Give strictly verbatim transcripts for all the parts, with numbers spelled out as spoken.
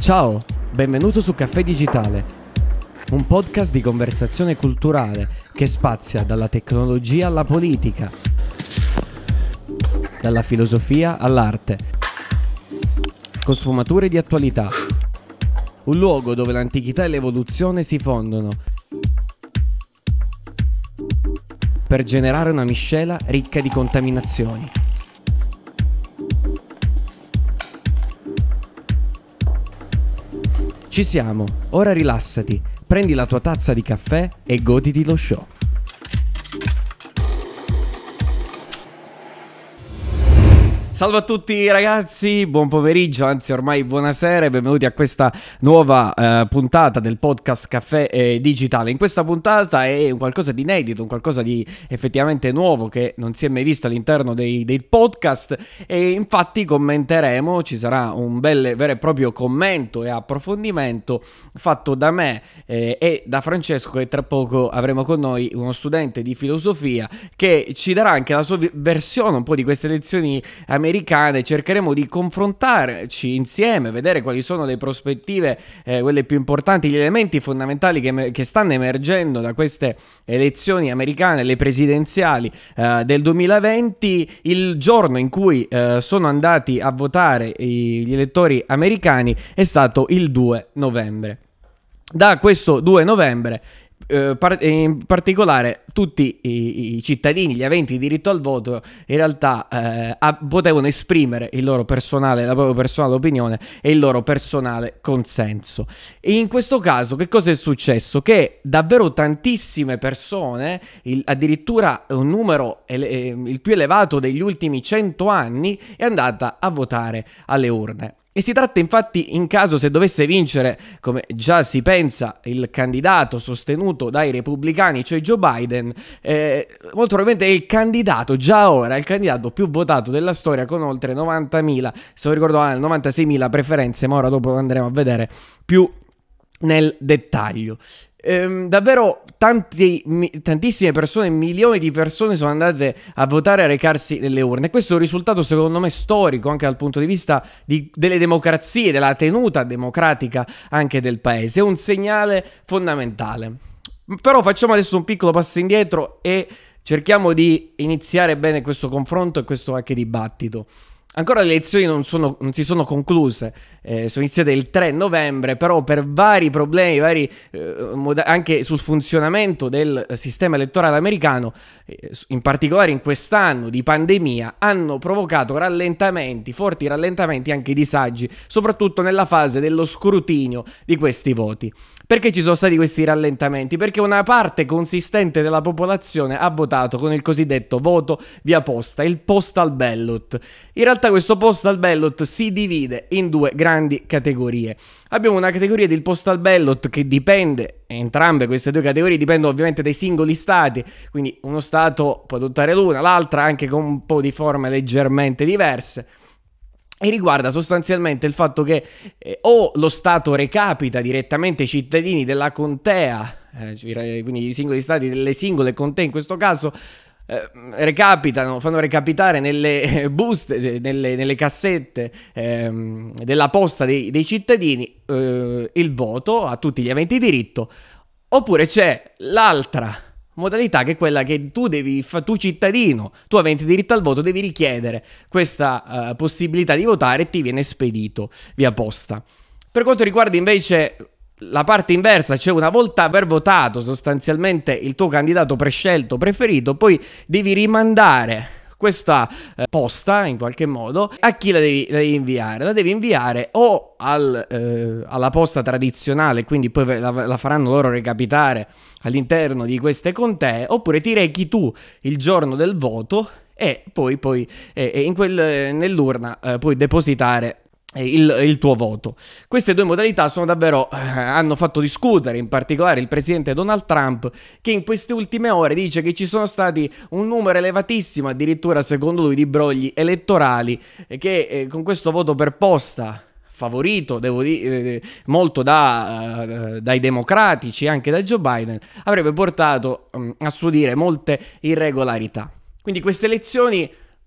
Ciao, benvenuto su Caffè Digitale, un podcast di conversazione culturale che spazia dalla tecnologia alla politica, dalla filosofia all'arte, con sfumature di attualità. Un luogo dove l'antichità e l'evoluzione si fondono per generare una miscela ricca di contaminazioni. Ci siamo, ora rilassati, prendi la tua tazza di caffè e goditi lo show. Salve a tutti ragazzi, buon pomeriggio, anzi ormai buonasera e benvenuti a questa nuova eh, puntata del podcast Caffè eh, Digitale. In questa puntata è un qualcosa di inedito, un qualcosa di effettivamente nuovo che non si è mai visto all'interno dei, dei podcast e infatti commenteremo, ci sarà un bel vero e proprio commento e approfondimento fatto da me eh, e da Francesco, e tra poco avremo con noi uno studente di filosofia che ci darà anche la sua versione un po' di queste lezioni americane. Cercheremo di confrontarci insieme, vedere quali sono le prospettive, eh, quelle più importanti, gli elementi fondamentali che, che stanno emergendo da queste elezioni americane, le presidenziali eh, del duemilaventi, il giorno in cui eh, sono andati a votare gli elettori americani è stato il due novembre. Da questo due novembre in particolare tutti i, i cittadini, gli aventi diritto al voto, in realtà eh, a, potevano esprimere il loro personale, la propria personale opinione e il loro personale consenso. E in questo caso che cosa è successo? Che davvero tantissime persone, il, addirittura un numero ele, il più elevato degli ultimi cento anni, è andata a votare alle urne. E si tratta infatti, in caso se dovesse vincere, come già si pensa, il candidato sostenuto dai repubblicani, cioè Joe Biden, eh, molto probabilmente è il candidato, già ora, il candidato più votato della storia con oltre novantamila, se non ricordo male, novantaseimila preferenze, ma ora dopo andremo a vedere più nel dettaglio. Ehm, davvero tanti, mi, tantissime persone, milioni di persone sono andate a votare, a recarsi nelle urne. Questo è un risultato secondo me storico anche dal punto di vista di, delle democrazie, della tenuta democratica anche del paese. È un segnale fondamentale. Però facciamo adesso un piccolo passo indietro e cerchiamo di iniziare bene questo confronto e questo anche dibattito. Ancora le elezioni non, sono, non si sono concluse, eh, sono iniziate il tre novembre, però per vari problemi, vari, eh, moda- anche sul funzionamento del sistema elettorale americano, eh, in particolare in quest'anno di pandemia, hanno provocato rallentamenti, forti rallentamenti, anche disagi, soprattutto nella fase dello scrutinio di questi voti. Perché ci sono stati questi rallentamenti? Perché una parte consistente della popolazione ha votato con il cosiddetto voto via posta, il postal ballot. In realtà questo postal ballot si divide in due grandi categorie. Abbiamo una categoria del postal ballot che dipende, entrambe queste due categorie dipendono ovviamente dai singoli stati, quindi uno stato può adottare l'una, l'altra anche con un po' di forme leggermente diverse. E riguarda sostanzialmente il fatto che eh, o lo Stato recapita direttamente i cittadini della contea, eh, quindi i singoli stati delle singole contee in questo caso, eh, recapitano, fanno recapitare nelle buste, nelle, nelle cassette eh, della posta dei, dei cittadini eh, il voto a tutti gli aventi diritto, oppure c'è l'altra modalità che è quella che tu devi, tu cittadino, tu aventi diritto al voto, devi richiedere questa uh, possibilità di votare e ti viene spedito via posta. Per quanto riguarda invece la parte inversa, cioè una volta aver votato sostanzialmente il tuo candidato prescelto, preferito, poi devi rimandare questa eh, posta in qualche modo a chi la devi, la devi inviare? La devi inviare o al, eh, alla posta tradizionale, quindi poi la, la faranno loro recapitare all'interno di queste contee, oppure ti rechi tu il giorno del voto e poi, poi eh, in quel, nell'urna eh, puoi depositare Il, il tuo voto. Queste due modalità sono davvero eh, hanno fatto discutere, in particolare il presidente Donald Trump, che in queste ultime ore dice che ci sono stati un numero elevatissimo, addirittura secondo lui, di brogli elettorali, eh, che eh, con questo voto per posta favorito, devo dire, molto da, uh, dai democratici, anche da Joe Biden, avrebbe portato um, a suo dire molte irregolarità. Quindi queste elezioni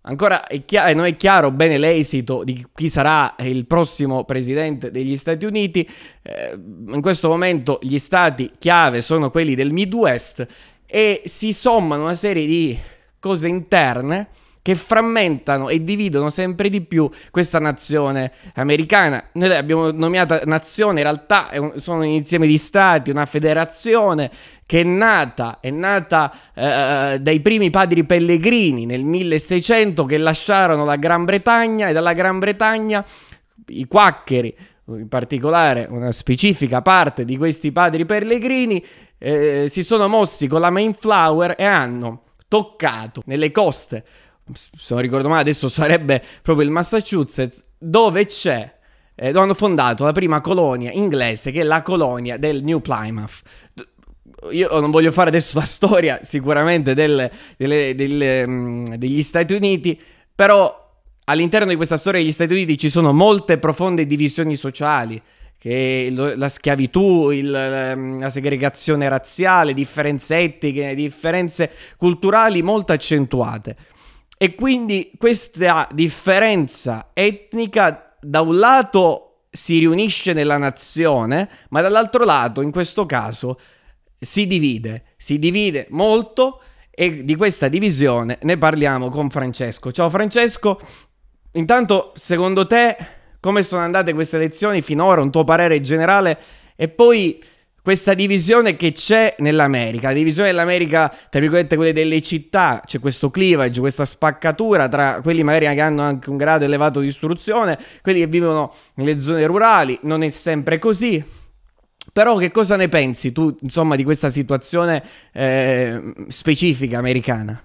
Ancora è chiaro, non è chiaro bene l'esito di chi sarà il prossimo presidente degli Stati Uniti. Eh, in questo momento gli stati chiave sono quelli del Midwest e si sommano una serie di cose interne che frammentano e dividono sempre di più questa nazione americana. Noi l'abbiamo nominata nazione, in realtà è un, sono un insieme di stati, una federazione che è nata, è nata eh, dai primi padri pellegrini nel milleseicento che lasciarono la Gran Bretagna, e dalla Gran Bretagna i quaccheri, in particolare una specifica parte di questi padri pellegrini, eh, si sono mossi con la Mayflower e hanno toccato nelle coste, se non ricordo male adesso sarebbe proprio il Massachusetts, dove c'è, eh, dove hanno fondato la prima colonia inglese, che è la colonia del New Plymouth. Io non voglio fare adesso la storia sicuramente del, delle, delle, um, degli Stati Uniti, però all'interno di questa storia degli Stati Uniti ci sono molte profonde divisioni sociali, che la schiavitù, il, la segregazione razziale, differenze etniche, differenze culturali molto accentuate. E quindi questa differenza etnica da un lato si riunisce nella nazione, ma dall'altro lato in questo caso si divide, si divide molto, e di questa divisione ne parliamo con Francesco. Ciao Francesco, intanto secondo te come sono andate queste elezioni finora, un tuo parere generale, e poi questa divisione che c'è nell'America, la divisione dell'America, tra virgolette, quelle delle città, c'è questo cleavage, questa spaccatura tra quelli magari che hanno anche un grado elevato di istruzione, quelli che vivono nelle zone rurali, non è sempre così. Però che cosa ne pensi tu, insomma, di questa situazione eh, specifica americana?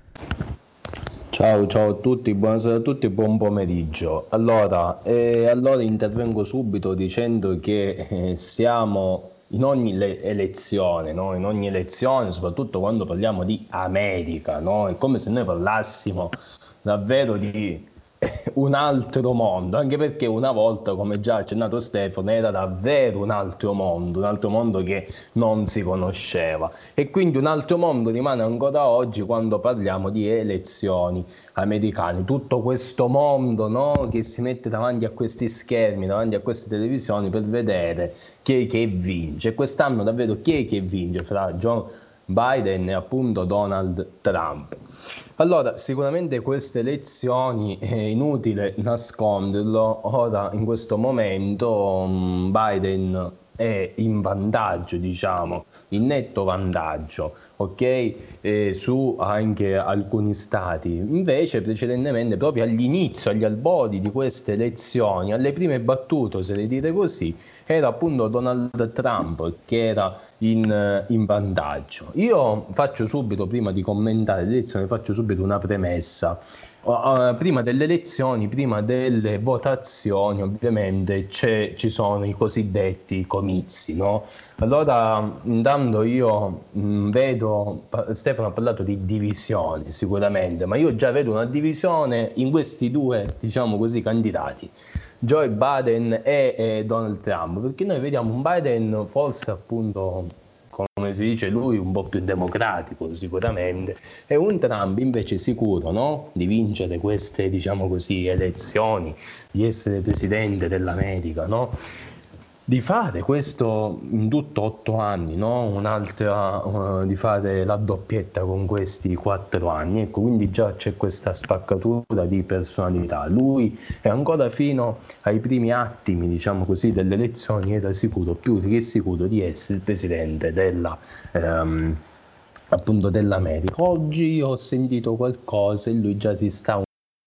Ciao, ciao a tutti, buonasera a tutti, buon pomeriggio. Allora, eh, allora intervengo subito dicendo che eh, siamo in ogni le- elezione, no? In ogni elezione, soprattutto quando parliamo di America, no? È come se noi parlassimo davvero di un altro mondo, anche perché una volta, come già accennato Stefano, era davvero un altro mondo, un altro mondo che non si conosceva, e quindi un altro mondo rimane ancora oggi quando parliamo di elezioni americane. Tutto questo mondo, no, che si mette davanti a questi schermi, davanti a queste televisioni per vedere chi è che vince. E quest'anno davvero chi è che vince fra Joe Biden e appunto Donald Trump. Allora, sicuramente queste elezioni è inutile nasconderlo, ora in questo momento um, Biden è in vantaggio, diciamo, in netto vantaggio, ok? Eh, su anche alcuni stati. Invece precedentemente, proprio all'inizio, agli albori di queste elezioni, alle prime battute, oserei dire così, era appunto Donald Trump che era in, in vantaggio. Io faccio subito, prima di commentare le elezioni, faccio subito una premessa. Uh, prima delle elezioni, prima delle votazioni, ovviamente c'è, ci sono i cosiddetti comizi, no? Allora, intanto io mh, vedo, Stefano ha parlato di divisione sicuramente, ma io già vedo una divisione in questi due, diciamo così, candidati, Joe Biden e, e Donald Trump, perché noi vediamo un Biden forse appunto, come si dice lui, un po' più democratico sicuramente, e un Trump invece sicuro, no? Di vincere queste, diciamo così, elezioni, di essere presidente dell'America, no? Di fare questo in tutto otto anni, no? Un'altra, uh, di fare la doppietta con questi quattro anni, ecco, quindi già c'è questa spaccatura di personalità. Lui è ancora fino ai primi attimi, diciamo così, delle elezioni era sicuro, più che sicuro, di essere il presidente della ehm, appunto dell'America. Oggi ho sentito qualcosa e lui già si sta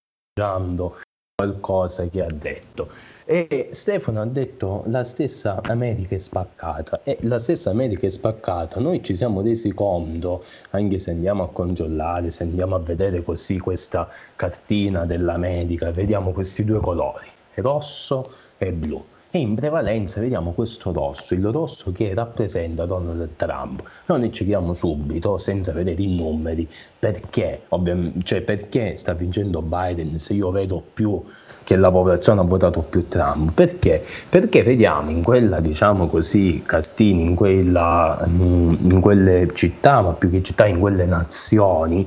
usando qualcosa che ha detto, e Stefano ha detto la stessa America è spaccata, e la stessa America è spaccata noi ci siamo resi conto, anche se andiamo a controllare, se andiamo a vedere così questa cartina dell'America, vediamo questi due colori, rosso e blu, e in prevalenza vediamo questo rosso, il rosso che rappresenta Donald Trump. Noi ci chiediamo subito, senza vedere i numeri, perché, ovviamente, cioè perché sta vincendo Biden se io vedo più che la popolazione ha votato più Trump? Perché? Perché vediamo in quella, diciamo così, cartina, in quella, in quelle città, ma più che città, in quelle nazioni,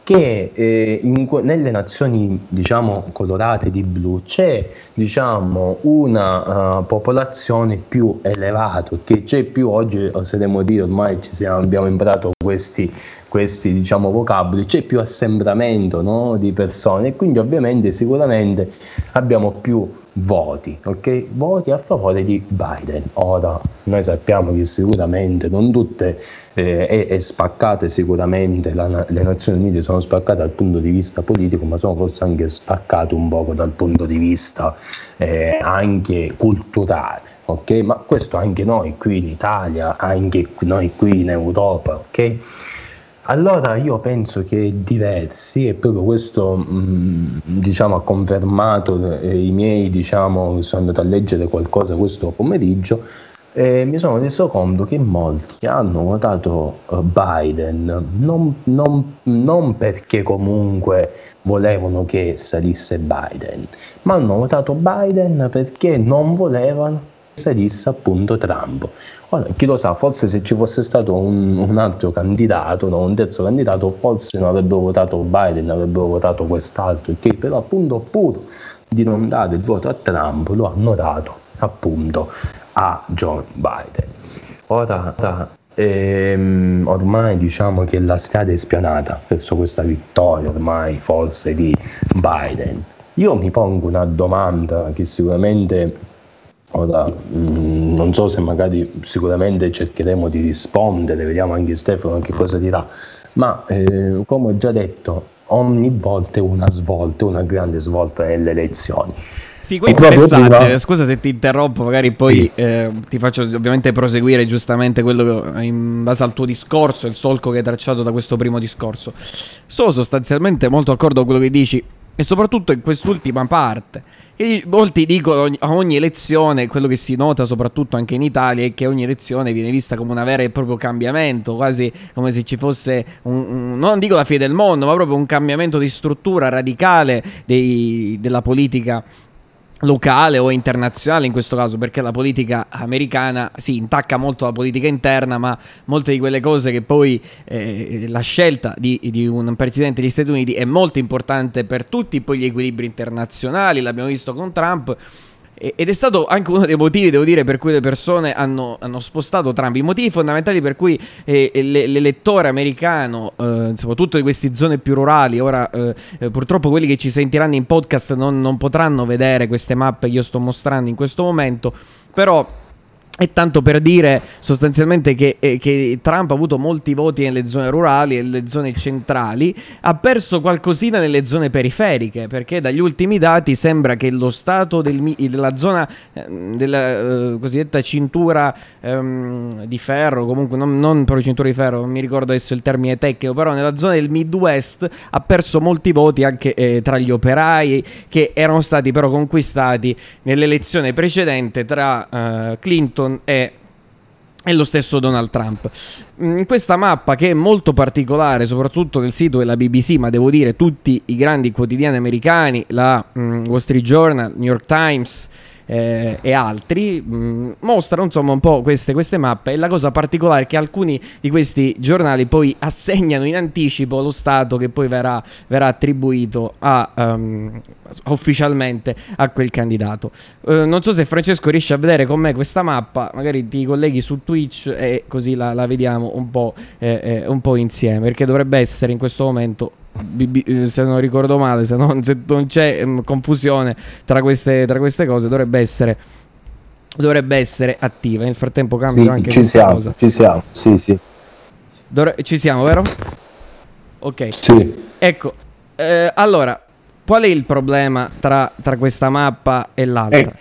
che eh, in, nelle nazioni diciamo colorate di blu c'è diciamo una uh, popolazione più elevata, che c'è più, oggi oseremo dire, ormai ci siamo, abbiamo imparato questi, questi diciamo vocaboli, c'è più assembramento, no, di persone, e quindi ovviamente sicuramente abbiamo più voti, ok? Voti a favore di Biden. Ora noi sappiamo che sicuramente non tutte eh, è, è spaccate, sicuramente la, le Nazioni Unite sono spaccate dal punto di vista politico, ma sono forse anche spaccate un poco dal punto di vista eh, anche culturale, ok? Ma questo anche noi qui in Italia, anche noi qui in Europa, ok? Allora io penso che diversi, e proprio questo mh, diciamo ha confermato eh, i miei, diciamo, sono andato a leggere qualcosa questo pomeriggio, e mi sono reso conto che molti hanno votato uh, Biden non, non, non perché comunque volevano che salisse Biden, ma hanno votato Biden perché non volevano che salisse appunto Trump. Ora, chi lo sa, forse se ci fosse stato un, un altro candidato, no, un terzo candidato, forse non avrebbero votato Biden, avrebbero votato quest'altro, che però appunto pur di non dare il voto a Trump lo hanno dato appunto a Joe Biden. Ora, ora ehm, ormai diciamo che la strada è spianata verso questa vittoria ormai forse di Biden. Io mi pongo una domanda che sicuramente ora mh, non so se magari sicuramente cercheremo di rispondere, vediamo anche Stefano che cosa dirà, ma eh, come ho già detto, ogni volta è una svolta, una grande svolta nelle elezioni. Sì, qui è interessante, prima... scusa se ti interrompo, magari poi sì. eh, ti faccio ovviamente proseguire giustamente quello che, in base al tuo discorso, il solco che hai tracciato da questo primo discorso. Sono sostanzialmente molto d'accordo con quello che dici, e soprattutto in quest'ultima parte. E molti dicono a ogni elezione, quello che si nota soprattutto anche in Italia è che ogni elezione viene vista come una vera e proprio cambiamento, quasi come se ci fosse un, un, non dico la fine del mondo, ma proprio un cambiamento di struttura radicale dei, della politica locale o internazionale in questo caso, perché la politica americana si sì, intacca molto la politica interna, ma molte di quelle cose che poi eh, la scelta di, di un presidente degli Stati Uniti è molto importante per tutti poi gli equilibri internazionali, l'abbiamo visto con Trump. Ed è stato anche uno dei motivi, devo dire, per cui le persone hanno, hanno spostato Trump. I motivi fondamentali per cui eh, l'elettore americano, eh, soprattutto di queste zone più rurali, ora eh, purtroppo quelli che ci sentiranno in podcast non, non potranno vedere queste mappe che io sto mostrando in questo momento, però è tanto per dire sostanzialmente che, eh, che Trump ha avuto molti voti nelle zone rurali e nelle zone centrali, ha perso qualcosina nelle zone periferiche, perché dagli ultimi dati sembra che lo stato del, della zona eh, della eh, cosiddetta cintura ehm, di ferro, comunque non, non proprio cintura di ferro, non mi ricordo adesso il termine tecnico, però nella zona del Midwest ha perso molti voti anche eh, tra gli operai che erano stati però conquistati nell'elezione precedente tra eh, Clinton e, e lo stesso Donald Trump. In questa mappa, che è molto particolare, soprattutto nel sito della B B C, ma devo dire tutti i grandi quotidiani americani, la mm, Wall Street Journal, New York Times eh, e altri, mh, mostrano insomma un po' queste, queste mappe, e la cosa particolare è che alcuni di questi giornali poi assegnano in anticipo lo stato che poi verrà, verrà attribuito a, um, ufficialmente a quel candidato. Uh, non so se Francesco riesce a vedere con me questa mappa, magari ti colleghi su Twitch e così la, la vediamo un po', eh, eh, un po' insieme, perché dovrebbe essere in questo momento, se non ricordo male, se non, se non c'è um, confusione tra queste, tra queste cose, dovrebbe essere dovrebbe essere attiva. Nel frattempo cambio sì, anche ci questa siamo, cosa. Ci siamo, sì, sì. Dovre- ci siamo, vero? Ok. Sì. Ecco, eh, allora, qual è il problema tra, tra questa mappa e l'altra? Eh.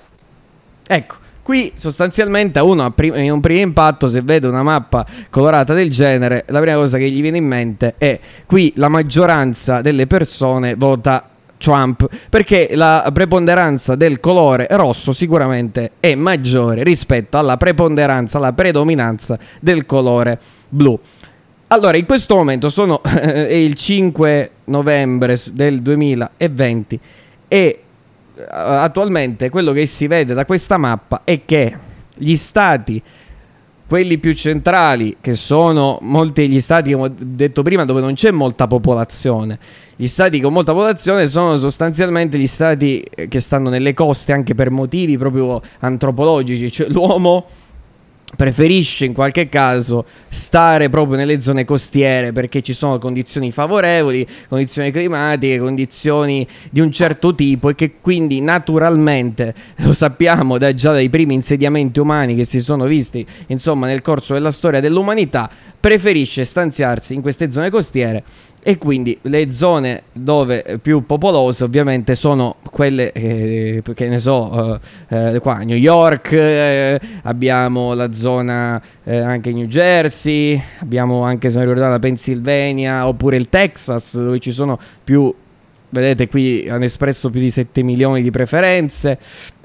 Ecco. Qui sostanzialmente a uno in un primo impatto, se vede una mappa colorata del genere, la prima cosa che gli viene in mente è: qui la maggioranza delle persone vota Trump, perché la preponderanza del colore rosso sicuramente è maggiore rispetto alla preponderanza, alla predominanza del colore blu. Allora, in questo momento sono è il cinque novembre del duemilaventi e attualmente quello che si vede da questa mappa è che gli stati quelli più centrali, che sono molti degli stati, come ho detto prima, dove non c'è molta popolazione. Gli stati con molta popolazione sono sostanzialmente gli stati che stanno nelle coste, anche per motivi proprio antropologici, cioè l'uomo preferisce in qualche caso stare proprio nelle zone costiere perché ci sono condizioni favorevoli, condizioni climatiche, condizioni di un certo tipo, e che quindi naturalmente, lo sappiamo da già dai primi insediamenti umani che si sono visti insomma nel corso della storia dell'umanità, preferisce stanziarsi in queste zone costiere. E quindi le zone dove più popolose ovviamente sono quelle, eh, che ne so, eh, qua New York, eh, abbiamo la zona eh, anche New Jersey, abbiamo anche, se non ricordate, la Pennsylvania, oppure il Texas, dove ci sono più, vedete qui hanno espresso più di sette milioni di preferenze.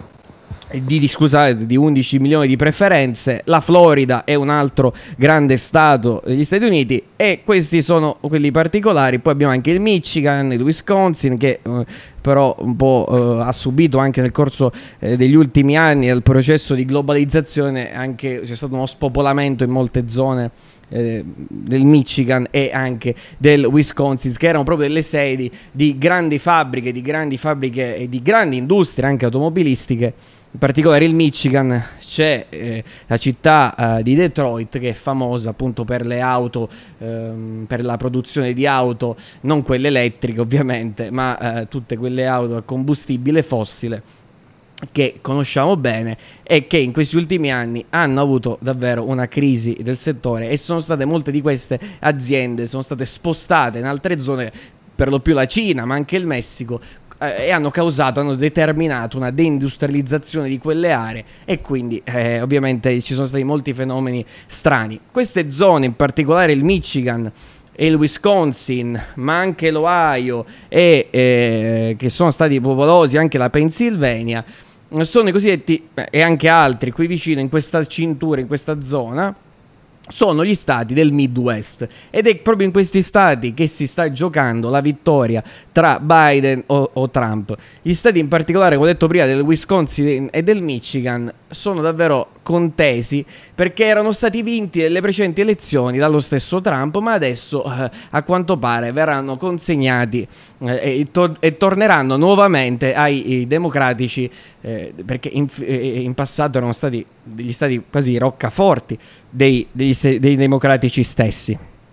Di, scusate, di undici milioni di preferenze. La Florida è un altro grande stato degli Stati Uniti, e questi sono quelli particolari. Poi abbiamo anche il Michigan, il Wisconsin, che eh, però un po' eh, ha subito anche nel corso eh, degli ultimi anni del processo di globalizzazione, anche c'è stato uno spopolamento in molte zone eh, del Michigan e anche del Wisconsin, che erano proprio delle sedi di grandi fabbriche, di grandi fabbriche e di grandi industrie anche automobilistiche. In particolare il Michigan, c'è eh, la città eh, di Detroit, che è famosa appunto per le auto, ehm, per la produzione di auto, non quelle elettriche ovviamente, ma eh, tutte quelle auto a combustibile fossile che conosciamo bene, e che in questi ultimi anni hanno avuto davvero una crisi del settore, e sono state molte di queste aziende sono state spostate in altre zone, per lo più la Cina, ma anche il Messico, e hanno causato, hanno determinato una deindustrializzazione di quelle aree, e quindi eh, ovviamente ci sono stati molti fenomeni strani. Queste zone, in particolare il Michigan e il Wisconsin, ma anche l'Ohio, e eh, che sono stati popolosi, anche la Pennsylvania, sono i cosiddetti, e anche altri qui vicino in questa cintura, in questa zona, sono gli stati del Midwest, ed è proprio in questi stati che si sta giocando la vittoria tra Biden o, o Trump. Gli stati in particolare, come ho detto prima, del Wisconsin e del Michigan sono davvero contesi, perché erano stati vinti nelle precedenti elezioni dallo stesso Trump, ma adesso eh, a quanto pare verranno consegnati eh, e, to- e torneranno nuovamente ai, ai democratici, eh, perché in, eh, in passato erano stati degli stati quasi roccaforti dei, degli st- dei democratici stessi.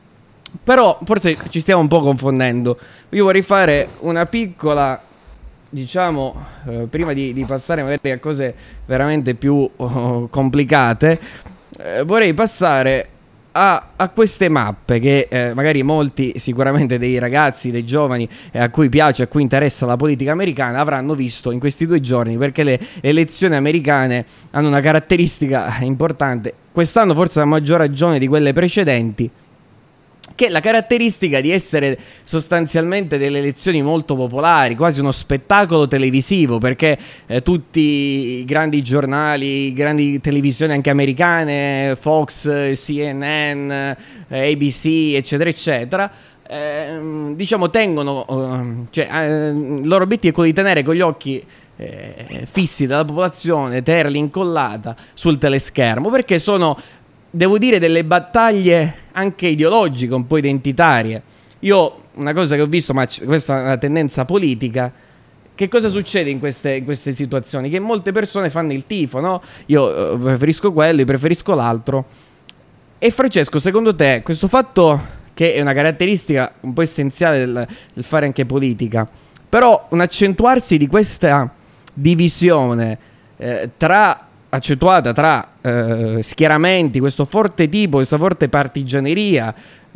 Però forse ci stiamo un po' confondendo. Io vorrei fare una piccola, diciamo, eh, prima di, di passare magari a cose veramente più oh, complicate, eh, vorrei passare a, a queste mappe che eh, magari molti, sicuramente dei ragazzi, dei giovani eh, a cui piace, a cui interessa la politica americana, avranno visto in questi due giorni, perché le elezioni americane hanno una caratteristica importante, quest'anno forse a maggior ragione di quelle precedenti, che è la caratteristica di essere sostanzialmente delle elezioni molto popolari, quasi uno spettacolo televisivo, perché eh, tutti i grandi giornali, grandi televisioni anche americane, Fox, C N N, eh, A B C, eccetera eccetera, eh, diciamo tengono, eh, cioè eh, il loro obiettivo è quello di tenere con gli occhi eh, fissi dalla popolazione, tenerli incollata sul teleschermo, perché sono, devo dire, delle battaglie anche ideologiche, un po' identitarie. Io, una cosa che ho visto, ma questa è una tendenza politica, che cosa succede in queste, in queste situazioni? Che molte persone fanno il tifo, no? Io eh, preferisco quello, io preferisco l'altro. E Francesco, secondo te, questo fatto, che è una caratteristica un po' essenziale del, del fare anche politica, però un accentuarsi di questa divisione eh, tra accentuata tra eh, schieramenti, questo forte tipo, questa forte partigianeria,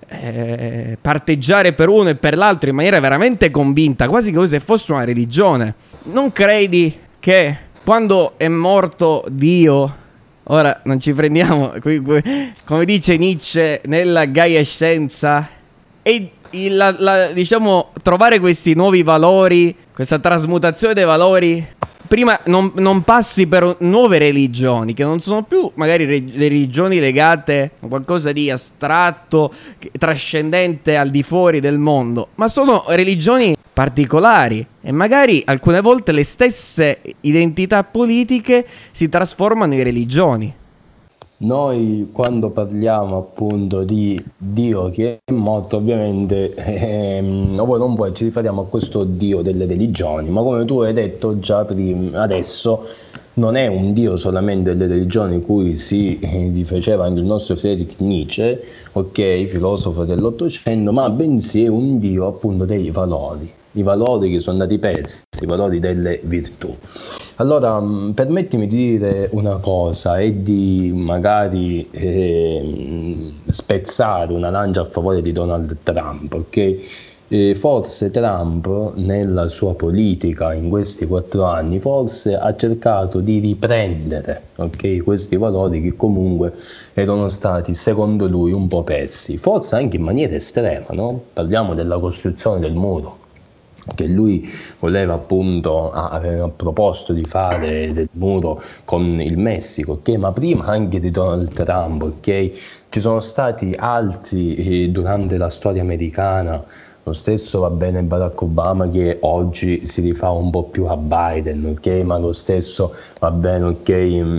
eh, parteggiare per uno e per l'altro in maniera veramente convinta, quasi come se fosse una religione. Non credi che quando è morto Dio, ora non ci prendiamo, come dice Nietzsche, nella Gaia Scienza, e il, la, la, diciamo, trovare questi nuovi valori, questa trasmutazione dei valori, prima non, non passi per nuove religioni, che non sono più magari re, le religioni legate a qualcosa di astratto, trascendente al di fuori del mondo, ma sono religioni particolari, e magari alcune volte le stesse identità politiche si trasformano in religioni. Noi quando parliamo appunto di Dio che è morto, ovviamente ehm, voi non vuoi, ci riferiamo a questo Dio delle religioni, ma come tu hai detto già prima, adesso non è un Dio solamente delle religioni cui si eh, rifaceva anche il nostro Friedrich Nietzsche, ok, filosofo dell'Ottocento, ma bensì è un Dio appunto dei valori, i valori che sono andati persi, i valori delle virtù. Allora, mh, permettimi di dire una cosa e di magari eh, spezzare una lancia a favore di Donald Trump, ok? Eh, forse Trump nella sua politica in questi quattro anni forse ha cercato di riprendere, ok, questi valori che comunque erano stati secondo lui un po' persi, forse anche in maniera estrema, no? Parliamo della costruzione del muro che lui voleva appunto, ah, aveva proposto di fare del muro con il Messico, ok? Ma prima anche di Donald Trump, ok? Ci sono stati altri eh, durante la storia americana, lo stesso va bene Barack Obama che oggi si rifà un po' più a Biden, ok? Ma lo stesso va bene, ok,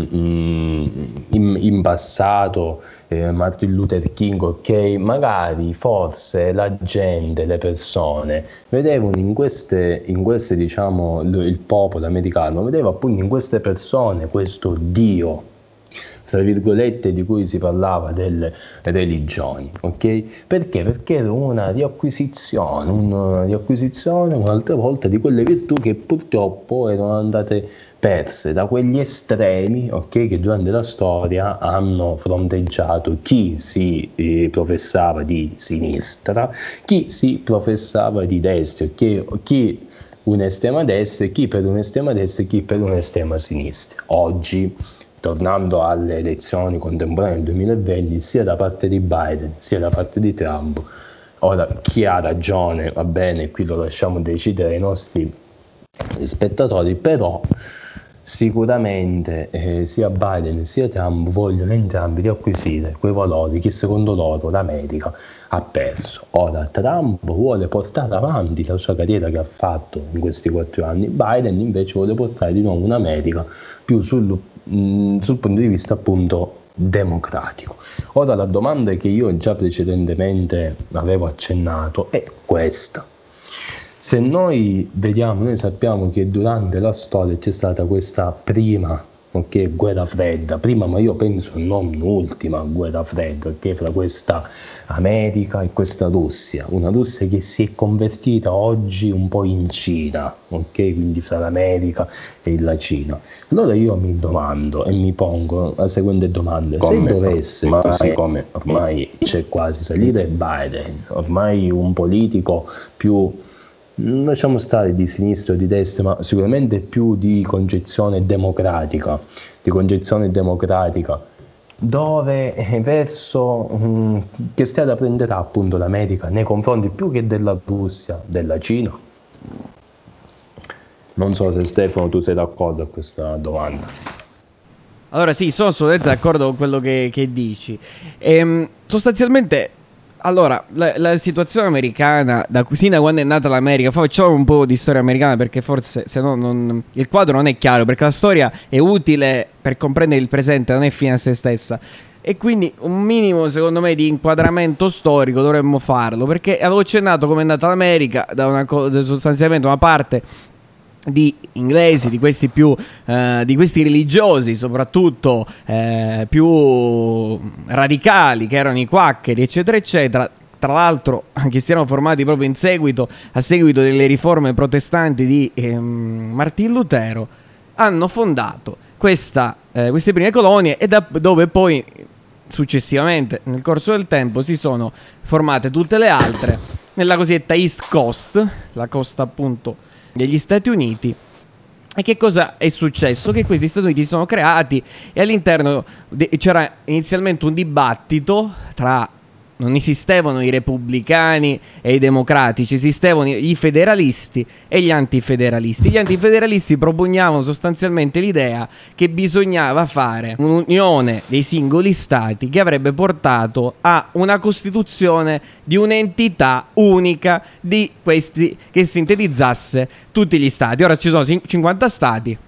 in, in, in passato eh, Martin Luther King, ok? Magari forse la gente, le persone vedevano in queste, in queste diciamo, il, il popolo americano vedeva appunto in queste persone questo Dio, tra virgolette, di cui si parlava delle religioni, ok? Perché? Perché era una riacquisizione, una riacquisizione un'altra volta di quelle virtù che purtroppo erano andate perse da quegli estremi, ok? Che durante la storia hanno fronteggiato chi si eh, professava di sinistra, chi si professava di destra, ok? Chi un'estrema destra, chi per un'estrema destra e chi per un'estrema sinistra. Oggi, tornando alle elezioni contemporanee del duemilaventi, sia da parte di Biden sia da parte di Trump, ora chi ha ragione va bene, qui lo lasciamo decidere ai nostri spettatori, però sicuramente eh, sia Biden sia Trump vogliono entrambi riacquisire quei valori che secondo loro l'America ha perso. Ora Trump vuole portare avanti la sua carriera che ha fatto in questi quattro anni, Biden invece vuole portare di nuovo un'America più sul, mh, sul punto di vista appunto democratico. Ora la domanda che io già precedentemente avevo accennato è questa. Se noi vediamo, noi sappiamo che durante la storia c'è stata questa prima, ok, guerra fredda, prima ma io penso non ultima guerra fredda, ok, fra questa America e questa Russia, una Russia che si è convertita oggi un po' in Cina, ok, quindi fra l'America e la Cina. Allora io mi domando e mi pongo la seguente domanda: come, se dovesse, ormai, così come ormai c'è quasi salire Biden, ormai un politico più, lasciamo stare di sinistra o di destra, ma sicuramente più di concezione democratica, di concezione democratica, dove verso mh, che strada prenderà appunto l'America nei confronti più che della Russia, della Cina? Non so se Stefano tu sei d'accordo a questa domanda. Allora sì, sono assolutamente d'accordo con quello che, che dici. Ehm, sostanzialmente, allora, la, la situazione americana, da, sin da quando è nata l'America, facciamo un po' di storia americana perché forse se no non, il quadro non è chiaro, perché la storia è utile per comprendere il presente, non è fine a se stessa. E quindi un minimo, secondo me, di inquadramento storico dovremmo farlo, perché avevo accennato come è nata l'America, da una cosa, sostanzialmente una parte di inglesi, di questi più eh, di questi religiosi soprattutto eh, più radicali, che erano i quaccheri eccetera eccetera, tra l'altro che si erano formati proprio in seguito a seguito delle riforme protestanti di ehm, Martin Lutero, hanno fondato questa, eh, queste prime colonie, e da dove poi successivamente nel corso del tempo si sono formate tutte le altre nella cosiddetta East Coast, la costa appunto degli Stati Uniti. E che cosa è successo? Che questi Stati Uniti si sono creati e all'interno de- c'era inizialmente un dibattito tra, non esistevano i repubblicani e i democratici, esistevano i federalisti e gli antifederalisti. Gli antifederalisti propugnavano sostanzialmente l'idea che bisognava fare un'unione dei singoli stati che avrebbe portato a una costituzione di un'entità unica di questi, che sintetizzasse tutti gli stati. Ora ci sono cinquanta stati,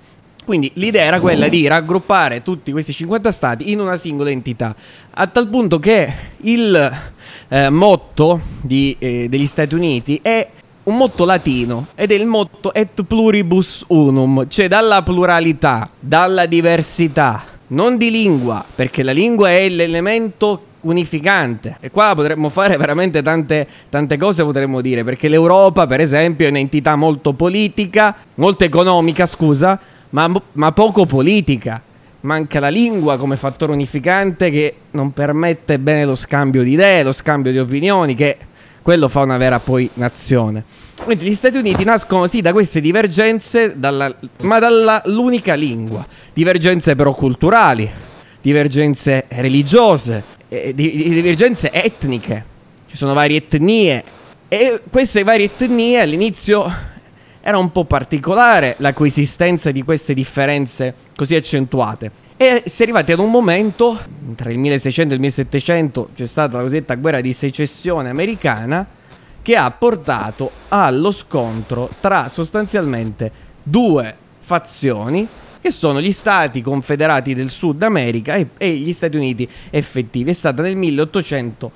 Quindi l'idea era quella di raggruppare tutti questi cinquanta stati in una singola entità, a tal punto che il eh, motto di, eh, degli Stati Uniti è un motto latino ed è il motto et pluribus unum, cioè dalla pluralità, dalla diversità, non di lingua, perché la lingua è l'elemento unificante, e qua potremmo fare veramente tante, tante cose, potremmo dire, perché l'Europa per esempio è un'entità molto politica, molto economica, scusa, ma, ma poco politica. Manca la lingua come fattore unificante che non permette bene lo scambio di idee, lo scambio di opinioni, che quello fa una vera poi nazione. Quindi gli Stati Uniti nascono sì da queste divergenze, dalla, ma dall'unica lingua, divergenze però culturali, divergenze religiose, eh, di, di divergenze etniche. Ci sono varie etnie e queste varie etnie all'inizio era un po' particolare la coesistenza di queste differenze così accentuate. E si è arrivati ad un momento, tra il milleseicento e il millesettecento, c'è stata la cosiddetta guerra di secessione americana, che ha portato allo scontro tra sostanzialmente due fazioni, che sono gli Stati Confederati del Sud America e, e gli Stati Uniti effettivi. È stata nel milleottocento,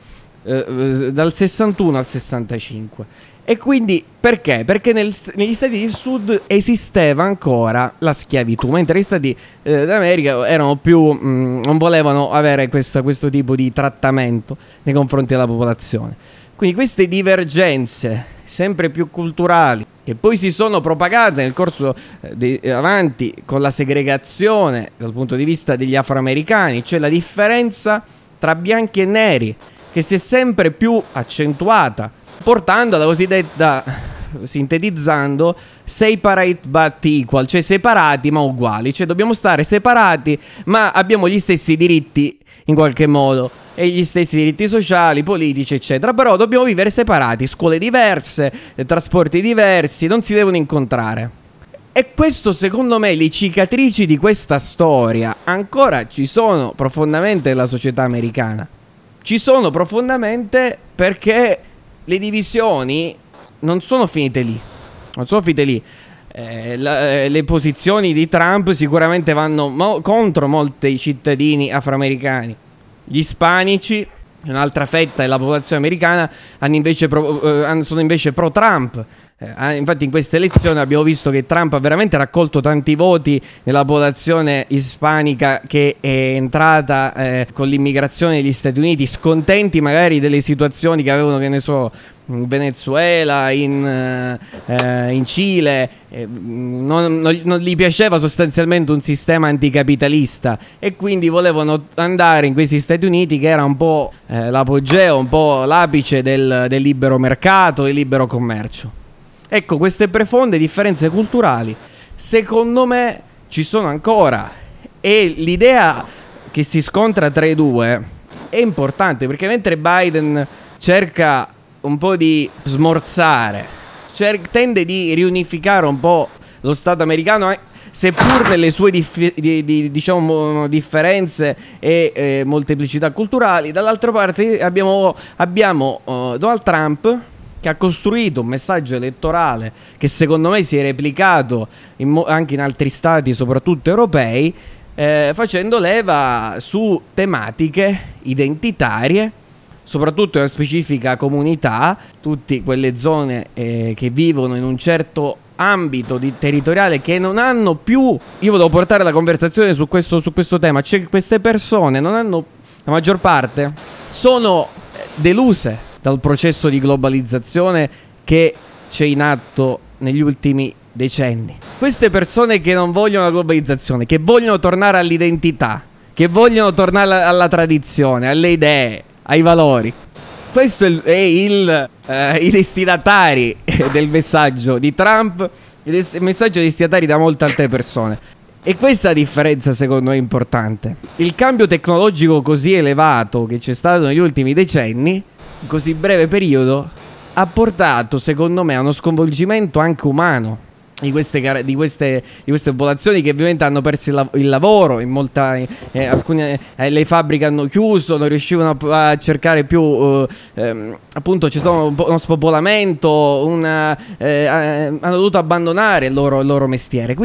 eh, dal sessantuno al sessantacinque. E quindi perché? Perché nel, negli Stati del Sud esisteva ancora la schiavitù, mentre gli Stati eh, d'America erano più mh, non volevano avere questa, questo tipo di trattamento nei confronti della popolazione. Quindi queste divergenze sempre più culturali, che poi si sono propagate nel corso eh, di, eh, avanti con la segregazione dal punto di vista degli afroamericani, cioè la differenza tra bianchi e neri, che si è sempre più accentuata, portando alla cosiddetta, sintetizzando, separate but equal, cioè separati ma uguali, cioè dobbiamo stare separati ma abbiamo gli stessi diritti in qualche modo e gli stessi diritti sociali, politici eccetera, però dobbiamo vivere separati, scuole diverse, trasporti diversi, non si devono incontrare. E questo, secondo me, le cicatrici di questa storia ancora ci sono profondamente nella società americana. Ci sono profondamente perché le divisioni non sono finite lì, non sono finite lì. Eh, la, eh, le posizioni di Trump sicuramente vanno mo- contro molti cittadini afroamericani. Gli ispanici, un'altra fetta della popolazione americana, hanno invece pro- eh, sono invece pro Trump. Eh, infatti in queste elezioni abbiamo visto che Trump ha veramente raccolto tanti voti nella popolazione ispanica che è entrata eh, con l'immigrazione negli Stati Uniti, scontenti magari delle situazioni che avevano, che ne so, in Venezuela, in, eh, in Cile, eh, non, non, non gli piaceva sostanzialmente un sistema anticapitalista e quindi volevano andare in questi Stati Uniti che era un po' eh, l'apogeo, un po' l'apice del, del libero mercato, del libero commercio. Ecco, queste profonde differenze culturali secondo me ci sono ancora, e l'idea che si scontra tra i due è importante, perché mentre Biden cerca un po' di smorzare, cer- tende di riunificare un po' lo Stato americano, eh, seppur nelle sue dif- di, di, diciamo, differenze e eh, molteplicità culturali. Dall'altra parte abbiamo, abbiamo uh, Donald Trump, che ha costruito un messaggio elettorale che secondo me si è replicato in mo- anche in altri stati, soprattutto europei, eh, facendo leva su tematiche identitarie, soprattutto in una specifica comunità, tutte quelle zone eh, che vivono in un certo ambito di territoriale, che non hanno più, io volevo portare la conversazione su questo, su questo tema, cioè queste persone non hanno, la maggior parte, sono deluse dal processo di globalizzazione che c'è in atto negli ultimi decenni. Queste persone che non vogliono la globalizzazione, che vogliono tornare all'identità, che vogliono tornare alla tradizione, alle idee, ai valori. Questo è il, è il eh, i destinatari del messaggio di Trump, il messaggio destinatari da molte altre persone. E questa differenza secondo me è importante. Il cambio tecnologico così elevato che c'è stato negli ultimi decenni, in così breve periodo, ha portato secondo me a uno sconvolgimento anche umano di queste, di queste, di queste popolazioni, che ovviamente hanno perso il, il lavoro in molta, eh, alcune eh, le fabbriche hanno chiuso, non riuscivano a, a cercare più eh, ehm, appunto c'è stato un uno spopolamento, una, eh, eh, hanno dovuto abbandonare il loro, il loro mestiere. Quindi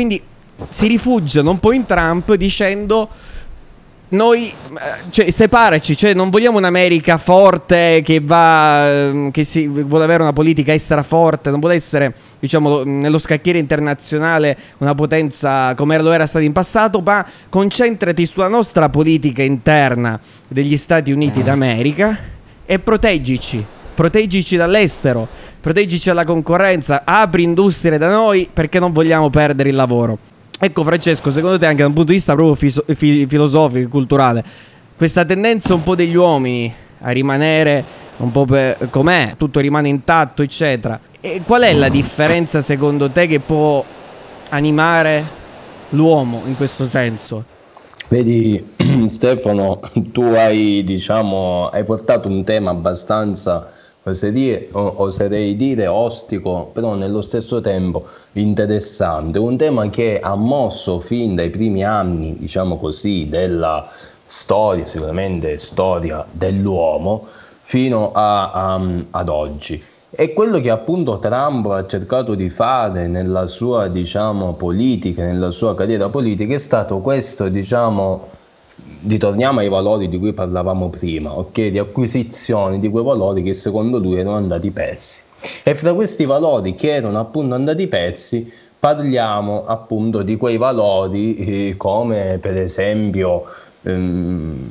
si rifugiano un po' in Trump dicendo noi, cioè, separaci, cioè non vogliamo un'America forte che va, che si vuole avere una politica estera forte, non vuole essere, diciamo, nello scacchiere internazionale una potenza come lo era stato in passato, ma concentrati sulla nostra politica interna degli Stati Uniti d'America e proteggici, proteggici dall'estero, proteggici dalla concorrenza, apri industrie da noi perché non vogliamo perdere il lavoro. Ecco Francesco, secondo te anche da un punto di vista proprio fiso- fi- filosofico e culturale, questa tendenza un po' degli uomini a rimanere un po' per com'è, tutto rimane intatto eccetera, e qual è la differenza secondo te che può animare l'uomo in questo senso? Vedi, Stefano, tu hai, diciamo, hai portato un tema abbastanza, oserei dire, o- oserei dire ostico, però nello stesso tempo interessante. Un tema che ha mosso fin dai primi anni, diciamo così, della storia, sicuramente storia dell'uomo, fino a- a- ad oggi. E quello che appunto Trump ha cercato di fare nella sua, diciamo, politica, nella sua carriera politica, è stato questo, diciamo, ritorniamo ai valori di cui parlavamo prima, ok? Di acquisizione di quei valori che secondo lui erano andati persi. E fra questi valori che erano appunto andati persi, parliamo appunto di quei valori eh, come per esempio ehm,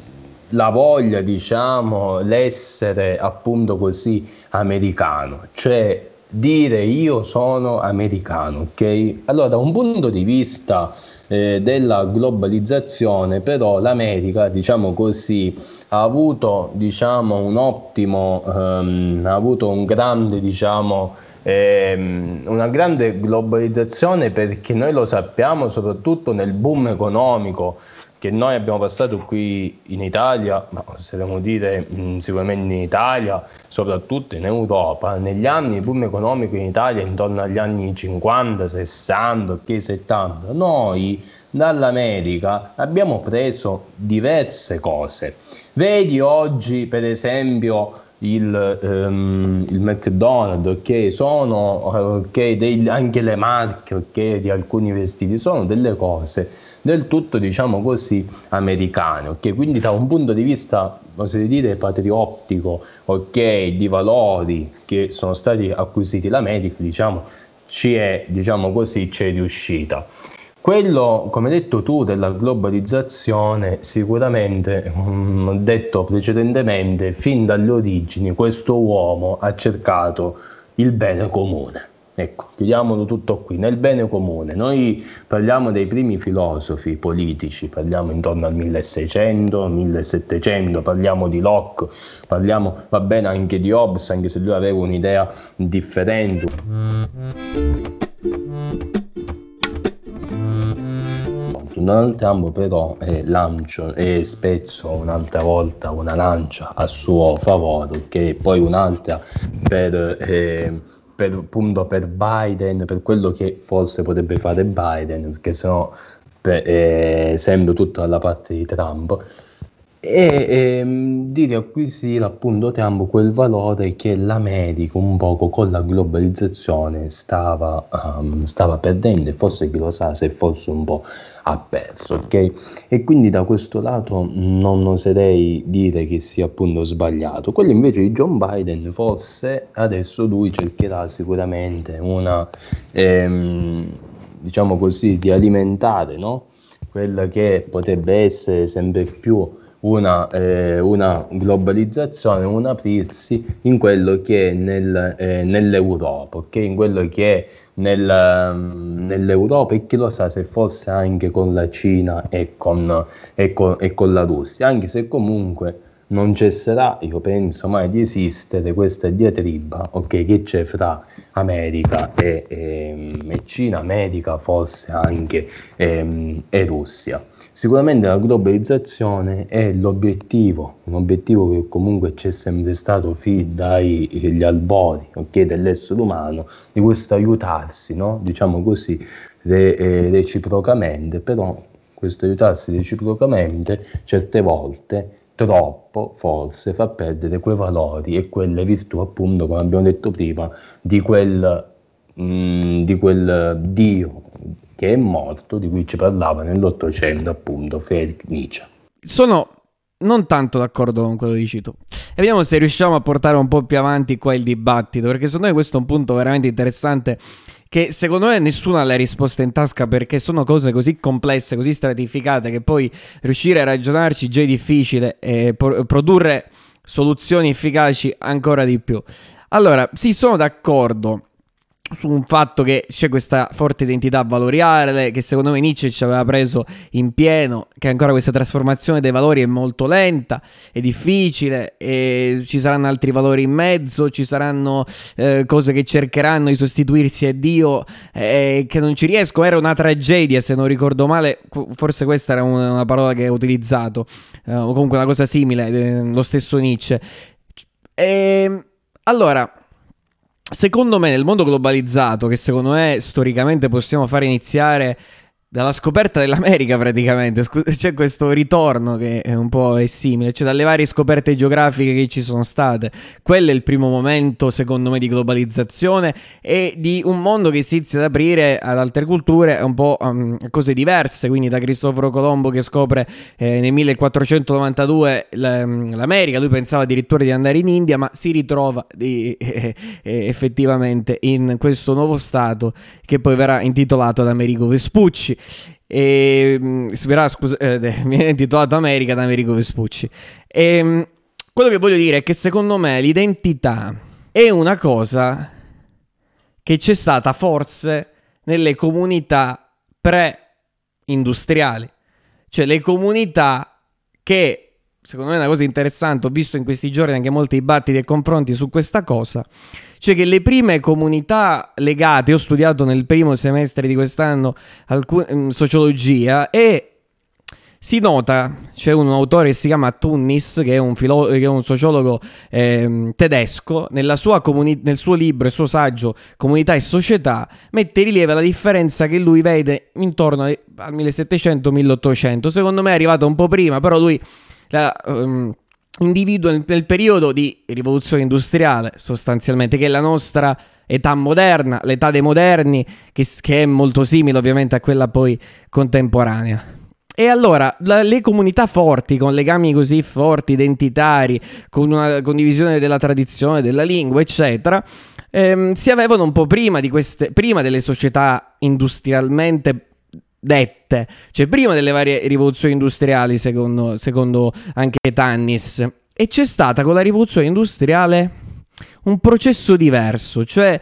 la voglia, diciamo, l'essere appunto così americano, cioè dire io sono americano, ok? Allora, da un punto di vista eh, della globalizzazione, però l'America, diciamo così, ha avuto, diciamo, un ottimo, ehm, ha avuto un grande, diciamo, ehm, una grande globalizzazione, perché noi lo sappiamo soprattutto nel boom economico che noi abbiamo passato qui in Italia, ma possiamo dire mh, sicuramente in Italia, soprattutto in Europa. Negli anni il boom economico in Italia intorno agli anni cinquanta, sessanta, ok, settanta, noi dall'America abbiamo preso diverse cose. Vedi oggi per esempio il, ehm, il McDonald's, ok, sono ok, dei, anche le marche, ok, di alcuni vestiti sono delle cose del tutto, diciamo così, americane, ok? Quindi da un punto di vista, oserei dire, patriottico, ok, di valori che sono stati acquisiti l'America, diciamo, ci è, diciamo così, ci è riuscita. Quello, come hai detto tu, della globalizzazione, sicuramente, come ho detto precedentemente, fin dalle origini questo uomo ha cercato il bene comune. Ecco, chiudiamolo tutto qui, nel bene comune. Noi parliamo dei primi filosofi politici, parliamo intorno al milleseicento, millesettecento, parliamo di Locke, parliamo, va bene, anche di Hobbes, anche se lui aveva un'idea differente. Donald però eh, lancio e spezzo un'altra volta una lancia a suo favore, che poi un'altra per, eh, per, appunto, per Biden, per quello che forse potrebbe fare Biden, perché sennò per, eh, sempre tutto dalla parte di Trump. E ehm, di riacquisire appunto Trump quel valore che l'America un poco con la globalizzazione stava, um, stava perdendo, e forse chi lo sa se forse un po' ha perso, ok? E quindi da questo lato non oserei dire che sia appunto sbagliato. Quello invece di John Biden, forse adesso lui cercherà sicuramente una, ehm, diciamo così, di alimentare, no? Quella che potrebbe essere sempre più una, eh, una globalizzazione, un aprirsi in quello che è nel, eh, nell'Europa, okay? In quello che è nel, um, nell'Europa, e chi lo sa se forse anche con la Cina e con, e con, e con la Russia, anche se comunque non cesserà, io penso, mai di esistere questa diatriba, okay, che c'è fra America e, e, e Cina, America forse anche e, e Russia. Sicuramente la globalizzazione è l'obiettivo, un obiettivo che comunque c'è sempre stato fin dagli albori, okay, dell'essere umano, di questo aiutarsi, no? Diciamo così, re, eh, reciprocamente, però questo aiutarsi reciprocamente certe volte, troppo forse, fa perdere quei valori e quelle virtù, appunto, come abbiamo detto prima, di quel, mh, di quel Dio, che è morto, di cui ci parlava nell'Ottocento appunto Friedrich Nietzsche. Sono non tanto d'accordo con quello che dici tu. E vediamo se riusciamo a portare un po' più avanti qua il dibattito, perché secondo me questo è un punto veramente interessante, che secondo me nessuno ha la risposta in tasca, perché sono cose così complesse, così stratificate, che poi riuscire a ragionarci già è difficile e pro- produrre soluzioni efficaci ancora di più. Allora, sì, sono d'accordo su un fatto che c'è questa forte identità valoriale che secondo me Nietzsche ci aveva preso in pieno, che ancora questa trasformazione dei valori è molto lenta, è difficile, e ci saranno altri valori in mezzo, ci saranno eh, cose che cercheranno di sostituirsi a Dio, eh, che non ci riescono. Era una tragedia, se non ricordo male, forse questa era una, una parola che ho utilizzato, eh, o comunque una cosa simile, eh, lo stesso Nietzsche. E, allora, secondo me nel mondo globalizzato, che secondo me storicamente possiamo fare iniziare dalla scoperta dell'America praticamente, c'è questo ritorno che è un po' è simile, cioè dalle varie scoperte geografiche che ci sono state. Quello è il primo momento secondo me di globalizzazione e di un mondo che si inizia ad aprire ad altre culture, un po' um, cose diverse, quindi da Cristoforo Colombo che scopre eh, nel millequattrocentonovantadue l'America. Lui pensava addirittura di andare in India, ma si ritrova di, eh, eh, effettivamente in questo nuovo stato che poi verrà intitolato ad Amerigo Vespucci. E verrà, scusa, eh, viene intitolato America da Amerigo Vespucci. E quello che voglio dire è che secondo me l'identità è una cosa che c'è stata forse nelle comunità pre-industriali, cioè le comunità che, secondo me è una cosa interessante, ho visto in questi giorni anche molti dibattiti e confronti su questa cosa, cioè che le prime comunità legate, ho studiato nel primo semestre di quest'anno alcun, sociologia, e si nota, c'è un autore che si chiama Tunnis, che è un, filo- che è un sociologo eh, tedesco, nella sua comuni- nel suo libro, il suo saggio Comunità e Società, mette in rilievo la differenza che lui vede intorno al millesettecento milleottocento. Secondo me è arrivato un po' prima, però lui la... Um, individua nel periodo di rivoluzione industriale, sostanzialmente, che è la nostra età moderna, l'età dei moderni, che, che è molto simile ovviamente a quella poi contemporanea. E allora la, le comunità forti, con legami così forti, identitari, con una condivisione della tradizione, della lingua, eccetera, ehm, si avevano un po' prima di queste, prima delle società industrialmente dette, cioè prima delle varie rivoluzioni industriali, secondo, secondo anche Tannis. E c'è stata con la rivoluzione industriale un processo diverso, cioè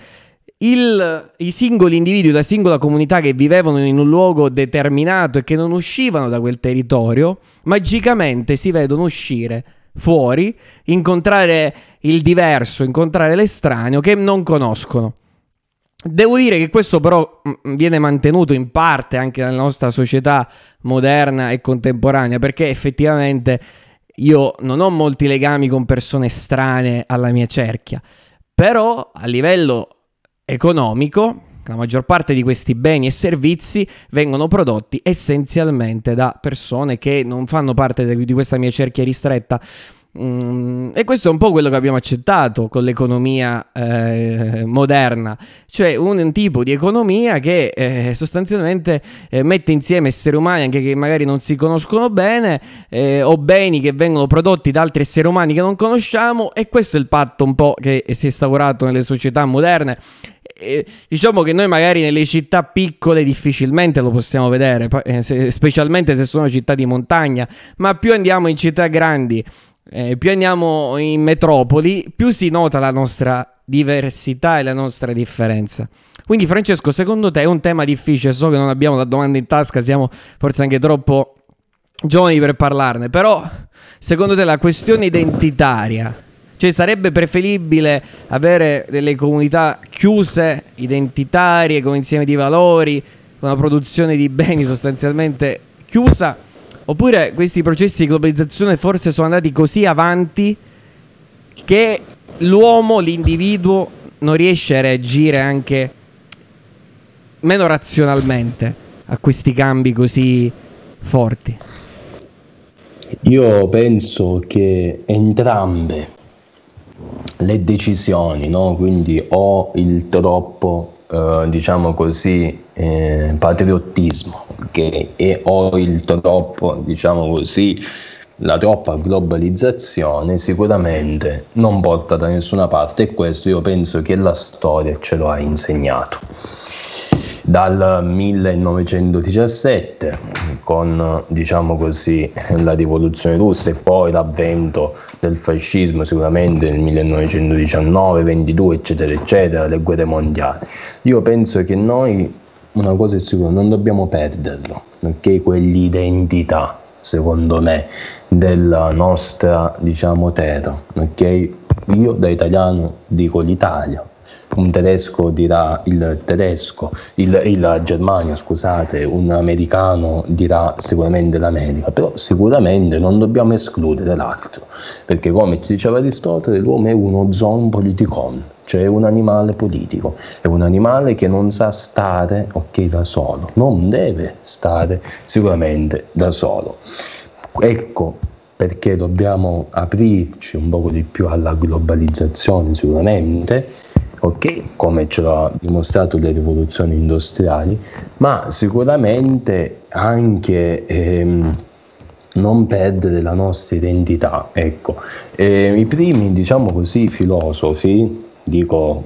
il, i singoli individui, la singola comunità che vivevano in un luogo determinato e che non uscivano da quel territorio, magicamente si vedono uscire fuori, incontrare il diverso, incontrare l'estraneo che non conoscono. Devo dire che questo però viene mantenuto in parte anche nella nostra società moderna e contemporanea, perché effettivamente io non ho molti legami con persone estranee alla mia cerchia, però a livello economico la maggior parte di questi beni e servizi vengono prodotti essenzialmente da persone che non fanno parte di questa mia cerchia ristretta. Mm, e questo è un po' quello che abbiamo accettato con l'economia eh, moderna, cioè un, un tipo di economia che eh, sostanzialmente eh, mette insieme esseri umani anche che magari non si conoscono bene, eh, o beni che vengono prodotti da altri esseri umani che non conosciamo, e questo è il patto un po' che si è instaurato nelle società moderne. E diciamo che noi magari nelle città piccole difficilmente lo possiamo vedere, eh, se, specialmente se sono città di montagna, ma più andiamo in città grandi, Eh, più andiamo in metropoli, più si nota la nostra diversità e la nostra differenza. Quindi Francesco, secondo te è un tema difficile? So che non abbiamo la domanda in tasca, siamo forse anche troppo giovani per parlarne, però secondo te la questione identitaria, cioè sarebbe preferibile avere delle comunità chiuse, identitarie, con insieme di valori, con una produzione di beni sostanzialmente chiusa, oppure questi processi di globalizzazione forse sono andati così avanti che l'uomo, l'individuo, non riesce a reagire anche meno razionalmente a questi cambi così forti? Io penso che entrambe le decisioni, no? Quindi o il troppo, eh, diciamo così, eh, patriottismo, che è, o il troppo, diciamo così, la troppa globalizzazione sicuramente non porta da nessuna parte, e questo io penso che la storia ce lo ha insegnato. Dal millenovecentodiciassette, con, diciamo così, la rivoluzione russa e poi l'avvento del fascismo sicuramente nel millenovecentodiciannove, ventidue eccetera eccetera, le guerre mondiali, io penso che noi, una cosa è sicura, non dobbiamo perderlo, ok? Quell'identità, secondo me, della nostra, diciamo, terra, ok? Io da italiano dico l'Italia, un tedesco dirà il tedesco, il, il Germania, scusate, un americano dirà sicuramente l'America, però sicuramente non dobbiamo escludere l'altro, perché come ci diceva Aristotele, l'uomo è uno zoon politikon, cioè un animale politico, è un animale che non sa stare, ok, da solo, non deve stare sicuramente da solo. Ecco perché dobbiamo aprirci un poco di più alla globalizzazione sicuramente, ok, come ce l'ha dimostrato le rivoluzioni industriali, ma sicuramente anche ehm, non perdere la nostra identità. Ecco, eh, i primi, diciamo così, filosofi, dico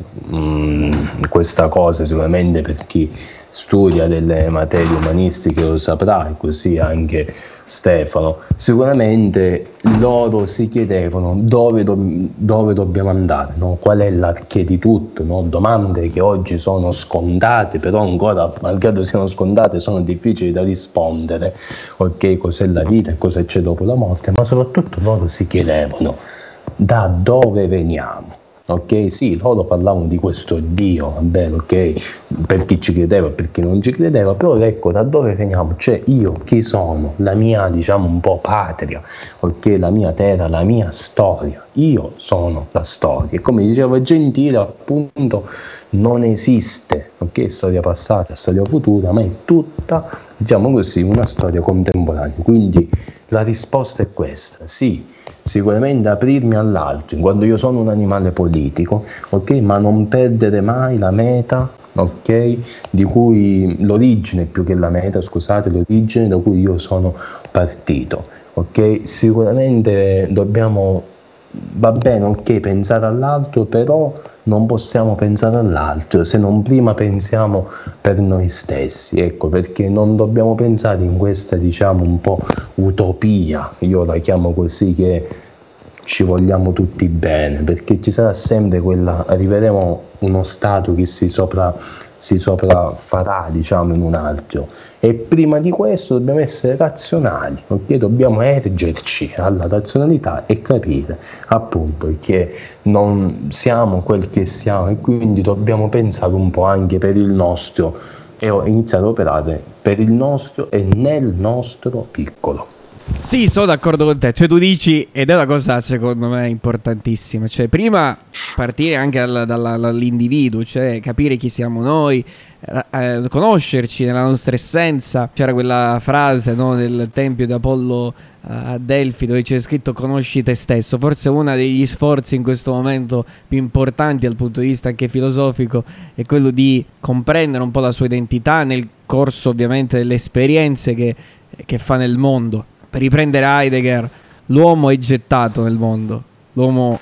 mh, questa cosa sicuramente per chi studia delle materie umanistiche lo saprà, e così anche Stefano, sicuramente loro si chiedevano dove, do- dove dobbiamo andare, no? Qual è l'arche di tutto, no? Domande che oggi sono scontate, però ancora, malgrado siano scontate, sono difficili da rispondere, ok? Cos'è la vita e cosa c'è dopo la morte, ma soprattutto loro si chiedevano da dove veniamo. Ok, sì, loro parlavano di questo Dio, va bene, ok, per chi ci credeva e per chi non ci credeva, però ecco, da dove veniamo? Cioè, io chi sono? La mia, diciamo, un po' patria, ok, la mia terra, la mia storia, io sono la storia, e come diceva Gentile, appunto, non esiste, ok, storia passata, storia futura, ma è tutta, diciamo così, una storia contemporanea, quindi la risposta è questa, sì, sicuramente aprirmi all'altro, in quanto io sono un animale politico, ok, ma non perdere mai la meta, ok, di cui l'origine più che la meta, scusate, l'origine da cui io sono partito, ok, sicuramente dobbiamo, va bene, ok, pensare all'altro, però non possiamo pensare all'altro se non prima pensiamo per noi stessi, ecco, perché non dobbiamo pensare in questa, diciamo, un po' utopia, io la chiamo così, che ci vogliamo tutti bene, perché ci sarà sempre quella, arriveremo uno stato che si sopra si sopraffarà, diciamo, in un altro, e prima di questo dobbiamo essere razionali, ok? Dobbiamo ergerci alla razionalità e capire appunto che non siamo quel che siamo, e quindi dobbiamo pensare un po' anche per il nostro e iniziare a operare per il nostro e nel nostro piccolo. Sì, sono d'accordo con te, cioè tu dici, ed è una cosa secondo me importantissima, cioè prima partire anche dalla, dalla, dall'individuo, cioè capire chi siamo noi, eh, conoscerci nella nostra essenza. C'era quella frase, no, nel tempio di Apollo a Delfi dove c'è scritto conosci te stesso, forse uno degli sforzi in questo momento più importanti dal punto di vista anche filosofico è quello di comprendere un po' la sua identità nel corso ovviamente delle esperienze che, che fa nel mondo. Per riprendere Heidegger, l'uomo è gettato nel mondo, l'uomo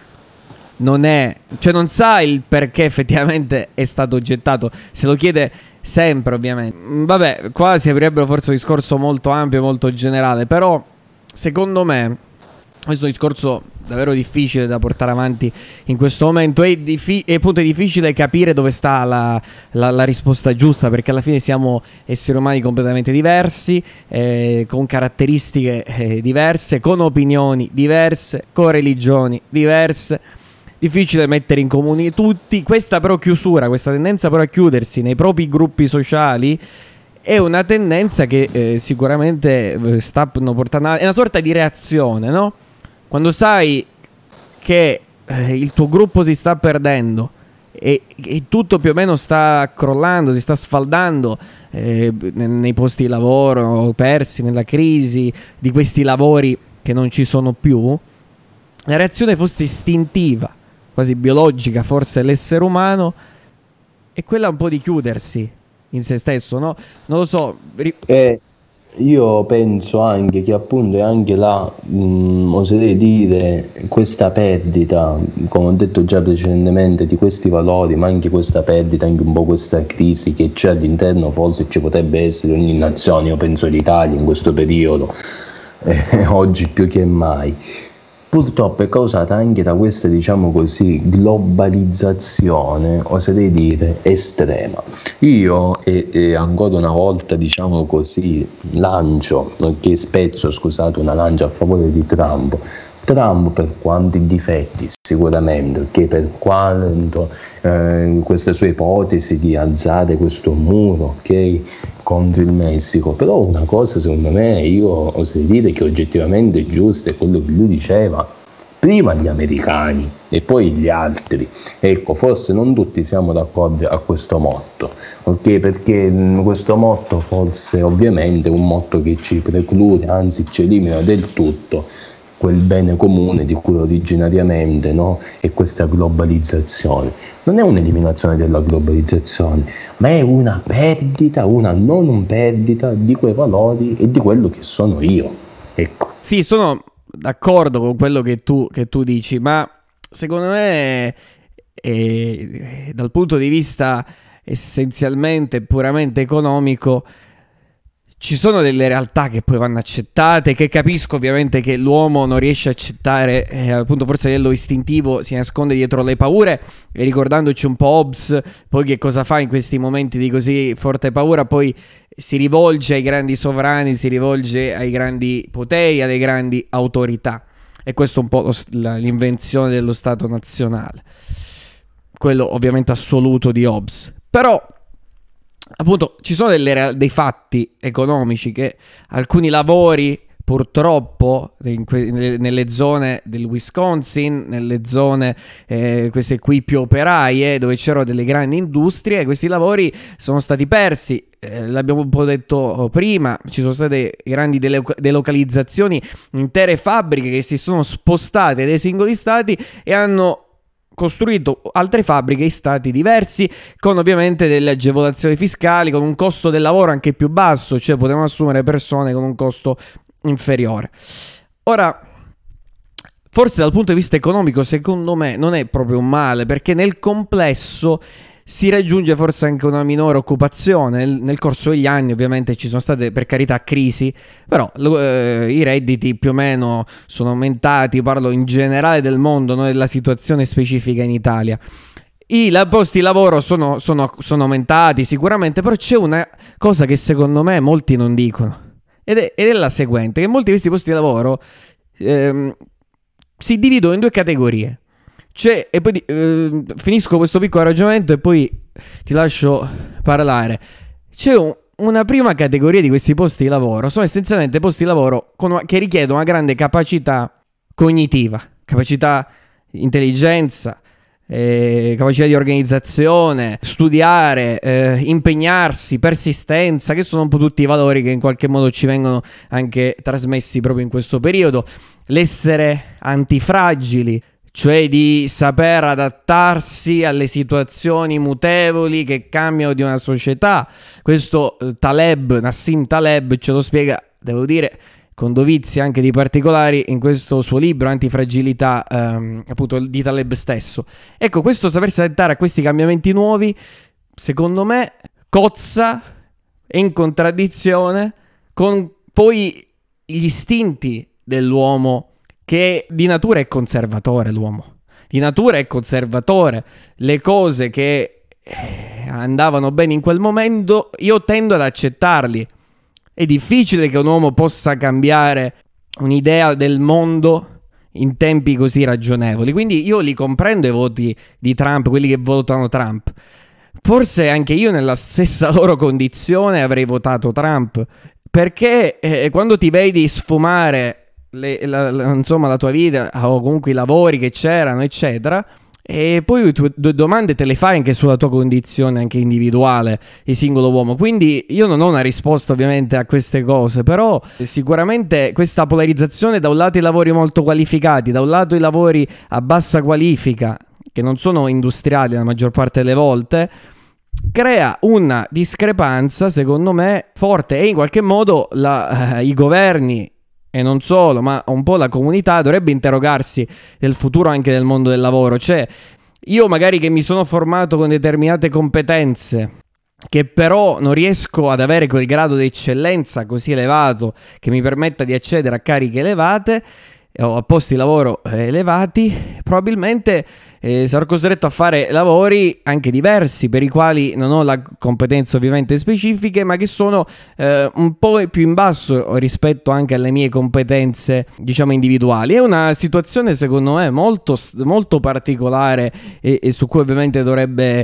non è, cioè non sa il perché effettivamente è stato gettato, se lo chiede sempre ovviamente. Vabbè, qua si aprirebbero forse un discorso molto ampio, molto generale, però secondo me questo discorso davvero difficile da portare avanti in questo momento, è, diffi- è appunto difficile capire dove sta la, la, la risposta giusta, perché alla fine siamo esseri umani completamente diversi, eh, con caratteristiche eh, diverse, con opinioni diverse, con religioni diverse. Difficile mettere in comune tutti. Questa però chiusura, questa tendenza però a chiudersi nei propri gruppi sociali è una tendenza che eh, sicuramente stanno portando a... è una sorta di reazione, no? Quando sai che eh, il tuo gruppo si sta perdendo e, e tutto più o meno sta crollando, si sta sfaldando eh, nei posti di lavoro persi, nella crisi di questi lavori che non ci sono più, la reazione fosse istintiva, quasi biologica forse, l'essere umano è quella un po' di chiudersi, in se stesso, no? Non lo so. Ri- E io penso anche che appunto è anche la, mh, oserei dire, questa perdita, come ho detto già precedentemente, di questi valori, ma anche questa perdita, anche un po' questa crisi che c'è all'interno, forse ci potrebbe essere ogni nazione, io penso l'Italia in questo periodo, eh, oggi più che mai. Purtroppo è causata anche da questa, diciamo così, globalizzazione, oserei dire, estrema. Io, e, e ancora una volta, diciamo così, lancio, che spezzo, scusate, una lancia a favore di Trump. Trump, per quanti difetti sicuramente, che per quanto eh, queste sue ipotesi di alzare questo muro, ok, contro il Messico, però una cosa secondo me, io oserei dire che oggettivamente è giusta, è quello che lui diceva: prima gli americani e poi gli altri. Ecco, forse non tutti siamo d'accordo a questo motto, ok? Perché questo motto forse ovviamente è un motto che ci preclude, anzi ci elimina del tutto quel bene comune di cui originariamente, no? E questa globalizzazione. Non è un'eliminazione della globalizzazione, ma è una perdita, una non perdita di quei valori e di quello che sono io. Ecco. Sì, sono d'accordo con quello che tu, che tu dici, ma secondo me eh, dal punto di vista essenzialmente puramente economico ci sono delle realtà che poi vanno accettate, che capisco ovviamente che l'uomo non riesce a accettare, eh, appunto forse a livello istintivo si nasconde dietro le paure, e ricordandoci un po' Hobbes, poi che cosa fa in questi momenti di così forte paura, poi si rivolge ai grandi sovrani, si rivolge ai grandi poteri, alle grandi autorità, e questo è un po' lo, la, l'invenzione dello Stato nazionale, quello ovviamente assoluto di Hobbes. Però appunto ci sono delle, dei fatti economici che alcuni lavori purtroppo in que- nelle zone del Wisconsin, nelle zone eh, queste qui più operaie, dove c'erano delle grandi industrie, questi lavori sono stati persi. Eh, l'abbiamo un po' detto prima, ci sono state grandi dele- delocalizzazioni, intere fabbriche che si sono spostate dai singoli stati e hanno costruito altre fabbriche in stati diversi, con ovviamente delle agevolazioni fiscali, con un costo del lavoro anche più basso, cioè potevano assumere persone con un costo inferiore. Ora, forse dal punto di vista economico, secondo me, non è proprio un male, perché nel complesso si raggiunge forse anche una minore occupazione. Nel, nel corso degli anni ovviamente ci sono state, per carità, crisi, però eh, i redditi più o meno sono aumentati. Parlo in generale del mondo, non della situazione specifica in Italia. I la, posti di lavoro sono, sono, sono aumentati sicuramente, però c'è una cosa che secondo me molti non dicono, ed è, ed è la seguente: che molti di questi posti di lavoro ehm, si dividono in due categorie. Cioè, e poi eh, finisco questo piccolo ragionamento e poi ti lascio parlare. C'è un, una prima categoria di questi posti di lavoro, sono essenzialmente posti di lavoro con una, che richiedono una grande capacità cognitiva, capacità di intelligenza, eh, capacità di organizzazione, studiare, eh, impegnarsi, persistenza, che sono un po' tutti i valori che in qualche modo ci vengono anche trasmessi proprio in questo periodo. L'essere antifragili, cioè di saper adattarsi alle situazioni mutevoli che cambiano di una società. Questo eh, Taleb, Nassim Taleb, ce lo spiega, devo dire, con dovizie anche di particolari in questo suo libro Antifragilità, ehm, appunto di Taleb stesso. Ecco, questo sapersi adattare a questi cambiamenti nuovi, secondo me, cozza, è in contraddizione con poi gli istinti dell'uomo, che di natura è conservatore. L'uomo di natura è conservatore. Le cose che andavano bene in quel momento io tendo ad accettarli. È difficile che un uomo possa cambiare un'idea del mondo in tempi così ragionevoli, quindi io li comprendo i voti di Trump, quelli che votano Trump. Forse anche io nella stessa loro condizione avrei votato Trump, perché eh, quando ti vedi sfumare Le, la, la, insomma la tua vita o comunque i lavori che c'erano eccetera, e poi tu due domande te le fai anche sulla tua condizione anche individuale, il singolo uomo. Quindi io non ho una risposta ovviamente a queste cose, però sicuramente questa polarizzazione, da un lato i lavori molto qualificati, da un lato i lavori a bassa qualifica che non sono industriali la maggior parte delle volte, crea una discrepanza, secondo me, forte, e in qualche modo la, eh, i governi, e non solo, ma un po' la comunità dovrebbe interrogarsi del futuro anche del mondo del lavoro. Cioè, io magari che mi sono formato con determinate competenze, che però non riesco ad avere quel grado di eccellenza così elevato che mi permetta di accedere a cariche elevate o a posti di lavoro elevati, probabilmente eh, sarò costretto a fare lavori anche diversi, per i quali non ho la competenza ovviamente specifiche, ma che sono eh, un po' più in basso rispetto anche alle mie competenze, diciamo, individuali. È una situazione secondo me molto, molto particolare e, e su cui ovviamente dovrebbe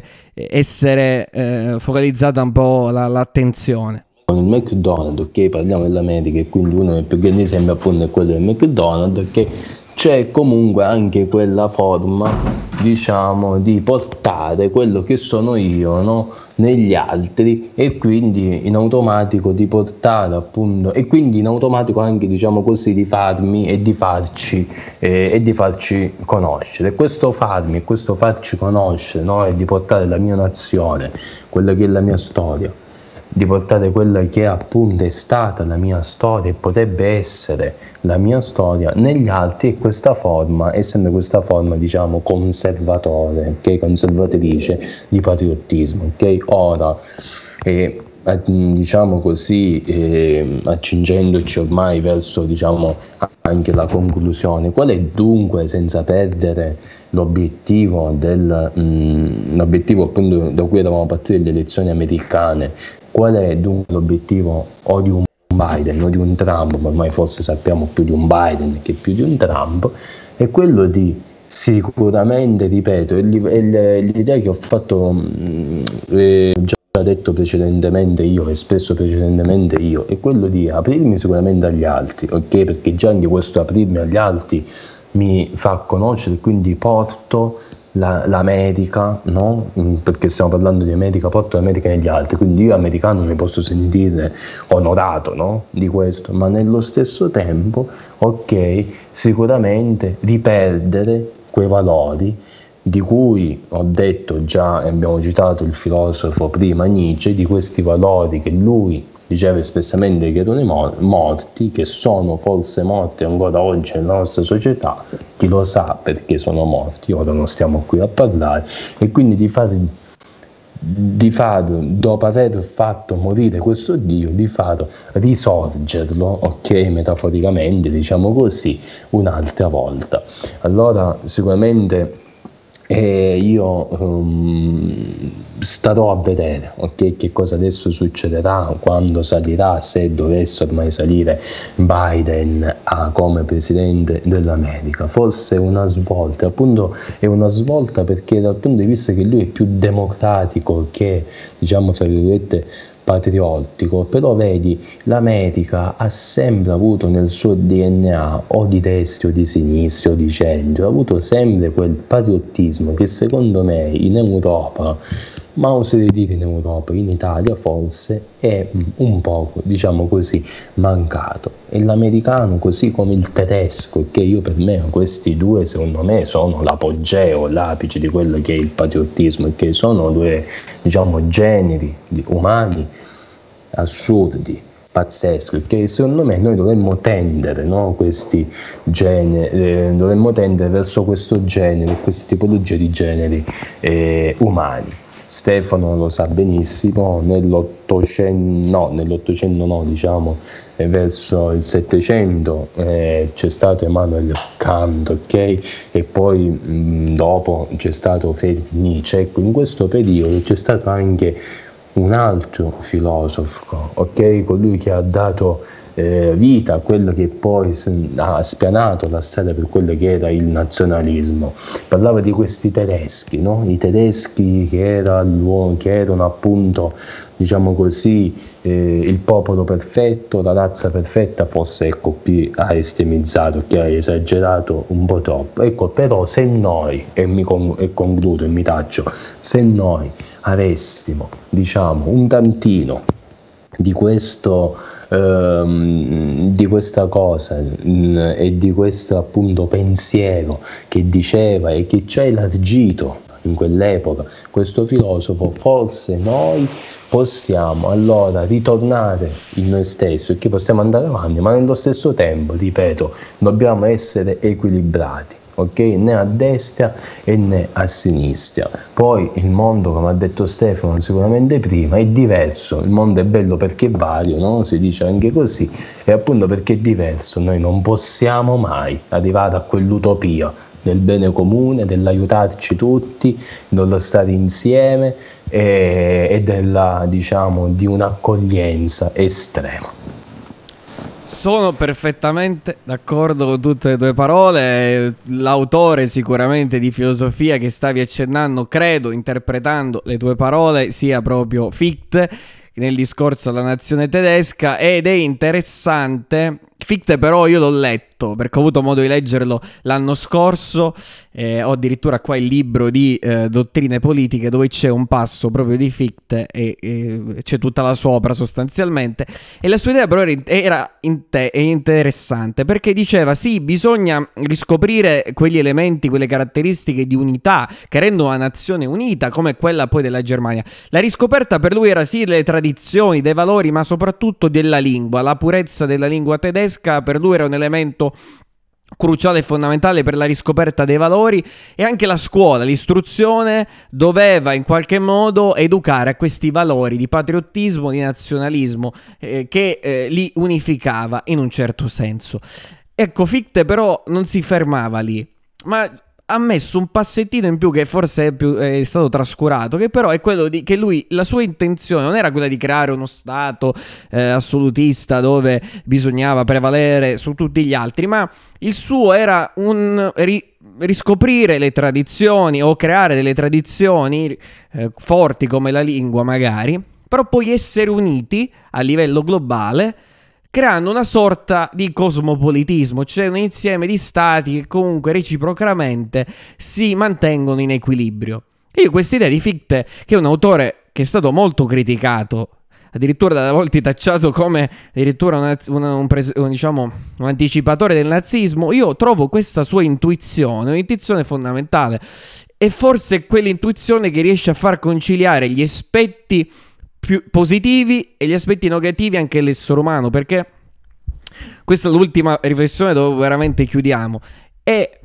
essere eh, focalizzata un po' la, l'attenzione. Con il McDonald's, ok, parliamo dell'America e quindi uno dei più grandi esempi appunto è quello del McDonald's, che c'è comunque anche quella forma, diciamo, di portare quello che sono io, no, negli altri, e quindi in automatico di portare appunto, e quindi in automatico anche, diciamo così, di farmi e di farci eh, e di farci conoscere. Questo farmi e questo farci conoscere, no, e di portare la mia nazione, quella che è la mia storia, di portare quella che appunto è stata la mia storia e potrebbe essere la mia storia negli altri, e questa forma, essendo questa forma, diciamo, conservatore, ok, conservatrice di patriottismo, ok. Ora, eh, diciamo così, eh, accingendoci ormai verso, diciamo, anche la conclusione, qual è dunque, senza perdere l'obiettivo del mh, l'obiettivo appunto da cui eravamo partiti, le elezioni americane, qual è dunque l'obiettivo o di un Biden o di un Trump, ma ormai forse sappiamo più di un Biden che più di un Trump, è quello di sicuramente, ripeto, l'idea che ho fatto mh, eh, già detto precedentemente io, espresso precedentemente io, è quello di aprirmi sicuramente agli altri, ok? Perché già anche questo aprirmi agli altri mi fa conoscere, quindi porto la, l'America, no? Perché stiamo parlando di America, porto l'America negli altri, quindi io americano mi posso sentire onorato, no? Di questo, ma nello stesso tempo, ok, sicuramente di perdere quei valori di cui ho detto già, e abbiamo citato il filosofo prima Nietzsche, di questi valori che lui diceva espressamente che erano morti, che sono forse morti ancora oggi nella nostra società, chi lo sa perché sono morti, ora non stiamo qui a parlare, e quindi di far, di far dopo aver fatto morire questo Dio, di far risorgerlo, ok, metaforicamente, diciamo così, un'altra volta. Allora sicuramente e io um, starò a vedere, ok, che cosa adesso succederà quando salirà, se dovesse ormai salire Biden a, come presidente dell'America. Forse una svolta, appunto è una svolta perché dal punto di vista che lui è più democratico che, diciamo, tra virgolette, patriottico, però vedi, l'America ha sempre avuto nel suo D N A, o di destra o di sinistra o di centro, ha avuto sempre quel patriottismo che secondo me in Europa, ma oserei dire in Europa, in Italia forse, è un poco, diciamo così, mancato. E l'americano, così come il tedesco, che io per me, questi due secondo me sono l'apogeo, l'apice di quello che è il patriottismo, e che sono due, diciamo, generi umani assurdi, pazzesco, che secondo me noi dovremmo tendere, no? Questi generi, eh, dovremmo tendere verso questo genere, questa tipologia di generi eh, umani. Stefano lo sa benissimo, nell'Ottocento, no, nell'Ottocento no, diciamo, eh, verso il Settecento eh, c'è stato Immanuel Kant, ok? E poi mh, dopo c'è stato Friedrich Nietzsche. Ecco, in questo periodo c'è stato anche un altro filosofo, ok? Colui che ha dato eh, vita a quello che poi ha spianato la strada per quello che era il nazionalismo. Parlava di questi tedeschi, no? I tedeschi che, era che erano appunto, diciamo così, eh, il popolo perfetto, la razza perfetta, forse ecco qui ha estremizzato, che ha esagerato un po' troppo. Ecco, però se noi, e, mi con, e concludo e mi taccio, se noi avessimo, diciamo, un tantino di questo ehm, di questa cosa mh, e di questo appunto pensiero che diceva e che ci ha elargito in quell'epoca, questo filosofo, forse noi possiamo allora ritornare in noi stessi, perché possiamo andare avanti, ma nello stesso tempo, ripeto, dobbiamo essere equilibrati. Ok, né a destra e né a sinistra. Poi il mondo, come ha detto Stefano sicuramente prima, è diverso. Il mondo è bello perché è vario, no? Si dice anche così, e appunto perché è diverso noi non possiamo mai arrivare a quell'utopia del bene comune, dell'aiutarci tutti, dello stare insieme e, e della, diciamo, di un'accoglienza estrema. Sono perfettamente d'accordo con tutte le tue parole. L'autore sicuramente di filosofia che stavi accennando, credo, interpretando le tue parole, sia proprio Fichte nel discorso alla nazione tedesca, ed è interessante. Fichte però io l'ho letto perché ho avuto modo di leggerlo l'anno scorso, eh, ho addirittura qua il libro di eh, dottrine politiche dove c'è un passo proprio di Fichte e, e c'è tutta la sua opera sostanzialmente, e la sua idea però era, era in te, interessante perché diceva sì, bisogna riscoprire quegli elementi, quelle caratteristiche di unità che rendono una nazione unita come quella poi della Germania. La riscoperta per lui era sì delle tradizioni, dei valori, ma soprattutto della lingua, la purezza della lingua tedesca per lui era un elemento cruciale e fondamentale per la riscoperta dei valori, e anche la scuola, l'istruzione doveva in qualche modo educare a questi valori di patriottismo, di nazionalismo eh, che eh, li unificava in un certo senso. Ecco, Fichte però non si fermava lì, ma ha messo un passettino in più che forse è, più, è stato trascurato, che però è quello di che lui, la sua intenzione non era quella di creare uno stato eh, assolutista dove bisognava prevalere su tutti gli altri, ma il suo era un ri, riscoprire le tradizioni o creare delle tradizioni eh, forti come la lingua magari, però poi essere uniti a livello globale, creando una sorta di cosmopolitismo, cioè un insieme di stati che comunque reciprocamente si mantengono in equilibrio. E io questa idea di Fichte, che è un autore che è stato molto criticato, addirittura da volte tacciato come addirittura un, un, un, un, diciamo, un anticipatore del nazismo, io trovo questa sua intuizione, un'intuizione fondamentale, e forse è quell'intuizione che riesce a far conciliare gli aspetti più positivi e gli aspetti negativi anche dell'essere umano, perché questa è l'ultima riflessione dove veramente chiudiamo, è,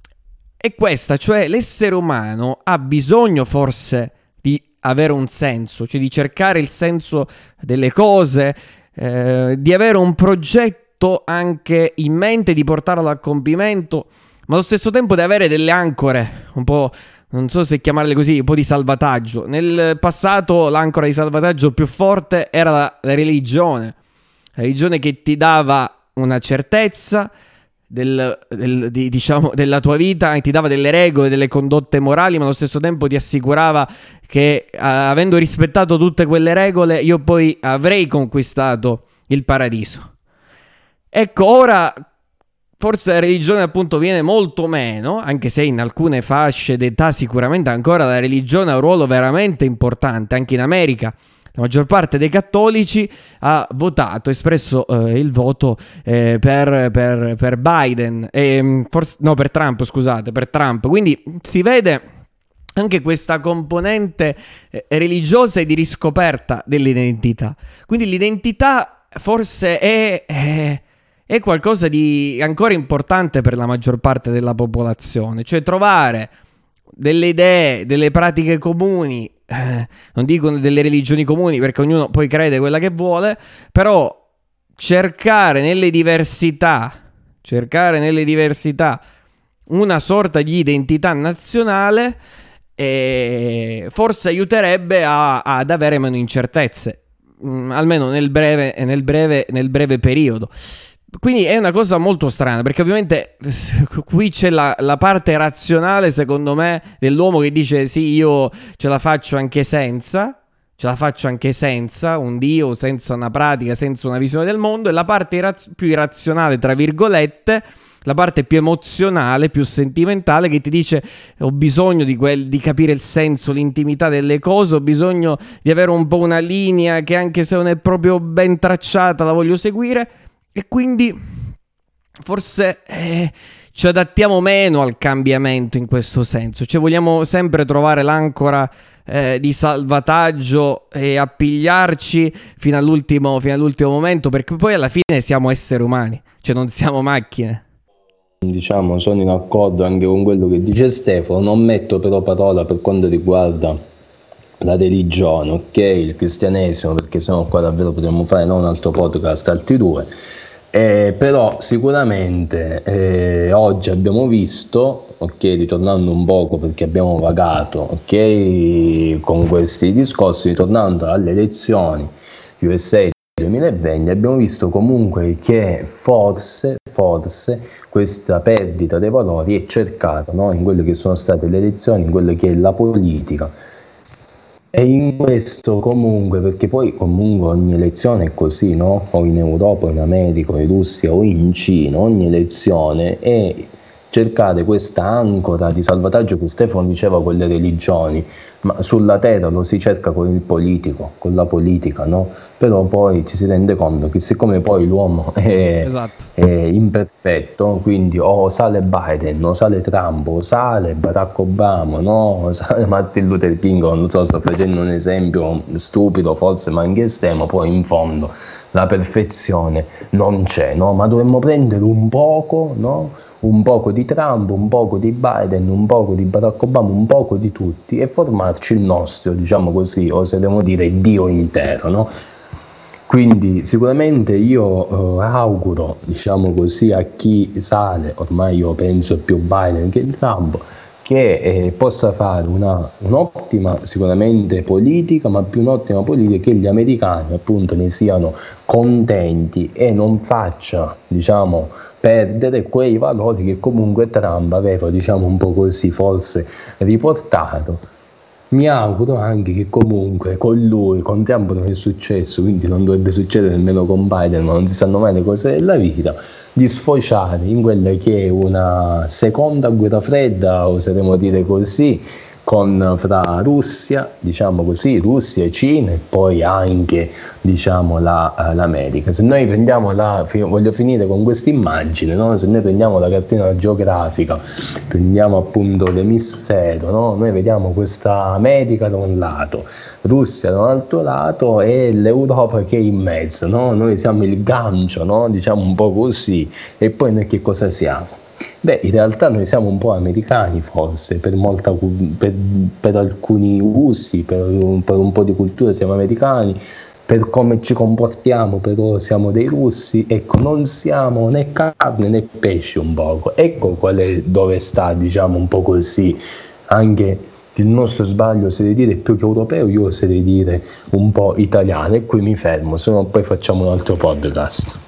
è questa, cioè l'essere umano ha bisogno forse di avere un senso, cioè di cercare il senso delle cose, eh, di avere un progetto anche in mente, di portarlo a compimento, ma allo stesso tempo di avere delle ancore un po', non so se chiamarle così, un po' di salvataggio. Nel passato l'ancora di salvataggio più forte era la, la religione. La religione che ti dava una certezza del, del, di, diciamo, della tua vita, ti dava delle regole, delle condotte morali, ma allo stesso tempo ti assicurava che uh, avendo rispettato tutte quelle regole io poi avrei conquistato il paradiso. Ecco, ora forse la religione appunto viene molto meno, anche se in alcune fasce d'età sicuramente ancora la religione ha un ruolo veramente importante. Anche in America la maggior parte dei cattolici ha votato, espresso eh, il voto eh, per, per, per Biden, eh, forse, no per Trump scusate, per Trump. Quindi si vede anche questa componente eh, religiosa e di riscoperta dell'identità. Quindi l'identità forse è... è è qualcosa di ancora importante per la maggior parte della popolazione, cioè trovare delle idee, delle pratiche comuni, eh, non dico delle religioni comuni perché ognuno poi crede quella che vuole, però cercare nelle diversità, cercare nelle diversità una sorta di identità nazionale eh, forse aiuterebbe a, ad avere meno incertezze, mh, almeno nel breve, nel breve, nel breve periodo. Quindi è una cosa molto strana, perché ovviamente qui c'è la, la parte razionale, secondo me, dell'uomo che dice sì, io ce la faccio anche senza, ce la faccio anche senza un Dio, senza una pratica, senza una visione del mondo, e la parte iraz- più irrazionale, tra virgolette, la parte più emozionale, più sentimentale, che ti dice ho bisogno di, quel, di capire il senso, l'intimità delle cose, ho bisogno di avere un po' una linea che anche se non è proprio ben tracciata la voglio seguire. E quindi forse eh, ci adattiamo meno al cambiamento in questo senso, cioè vogliamo sempre trovare l'ancora eh, di salvataggio e appigliarci fino all'ultimo, fino all'ultimo momento, perché poi alla fine siamo esseri umani, cioè non siamo macchine. Diciamo, sono in accordo anche con quello che dice Stefano, non metto però parola per quanto riguarda la religione, ok, il cristianesimo, perché sennò qua davvero potremmo fare non un altro podcast, altri due. Eh, però sicuramente eh, oggi abbiamo visto, ok, ritornando un poco perché abbiamo vagato, ok, con questi discorsi, ritornando alle elezioni U S A duemilaventi, abbiamo visto comunque che forse, forse questa perdita dei valori è cercata, no? In quelle che sono state le elezioni, in quello che è la politica. E in questo comunque, perché poi comunque ogni elezione è così, no? O in Europa, o in America, o in Russia, o in Cina, ogni elezione è cercare questa ancora di salvataggio che Stefano diceva con le religioni, ma sulla terra lo si cerca con il politico, con la politica, no? Però poi ci si rende conto che siccome poi l'uomo è, Esatto. è imperfetto, quindi o sale Biden, o sale Trump, o sale Barack Obama, no? O sale Martin Luther King, non so, sto facendo un esempio stupido forse, ma anche estremo, poi in fondo la perfezione non c'è, no? Ma dovremmo prendere un poco, no? Un poco di Trump, un poco di Biden, un poco di Barack Obama, un poco di tutti e formarci il nostro, diciamo così, o se devo dire Dio intero, no? Quindi sicuramente io eh, auguro, diciamo così, a chi sale, ormai io penso più Biden che Trump, che eh, possa fare una, un'ottima sicuramente politica, ma più un'ottima politica che gli americani appunto ne siano contenti e non faccia, diciamo, perdere quei valori che comunque Trump aveva, diciamo un po' così, forse riportato. Mi auguro anche che comunque con lui, con Trump non è successo, quindi non dovrebbe succedere nemmeno con Biden, ma non si sanno mai le cose della vita, di sfociare in quella che è una seconda guerra fredda, oseremo dire così, con, fra Russia, diciamo così, Russia e Cina e poi anche, diciamo, la, l'America. Se noi prendiamo la, voglio finire con questa immagine, no? Se noi prendiamo la cartina geografica, prendiamo appunto l'emisfero, no? Noi vediamo questa America da un lato, Russia da un altro lato e l'Europa che è in mezzo, no? Noi siamo il gancio, no? Diciamo un po' così, e poi noi che cosa siamo? Beh, in realtà noi siamo un po' americani forse, per, molta, per, per alcuni usi, per un, per un po' di cultura siamo americani, per come ci comportiamo però siamo dei russi, ecco, non siamo né carne né pesce un poco, ecco qual è, dove sta, diciamo un po' così, anche il nostro sbaglio, oserei dire, più che europeo, io oserei dire un po' italiano, e qui mi fermo, se no poi facciamo un altro podcast.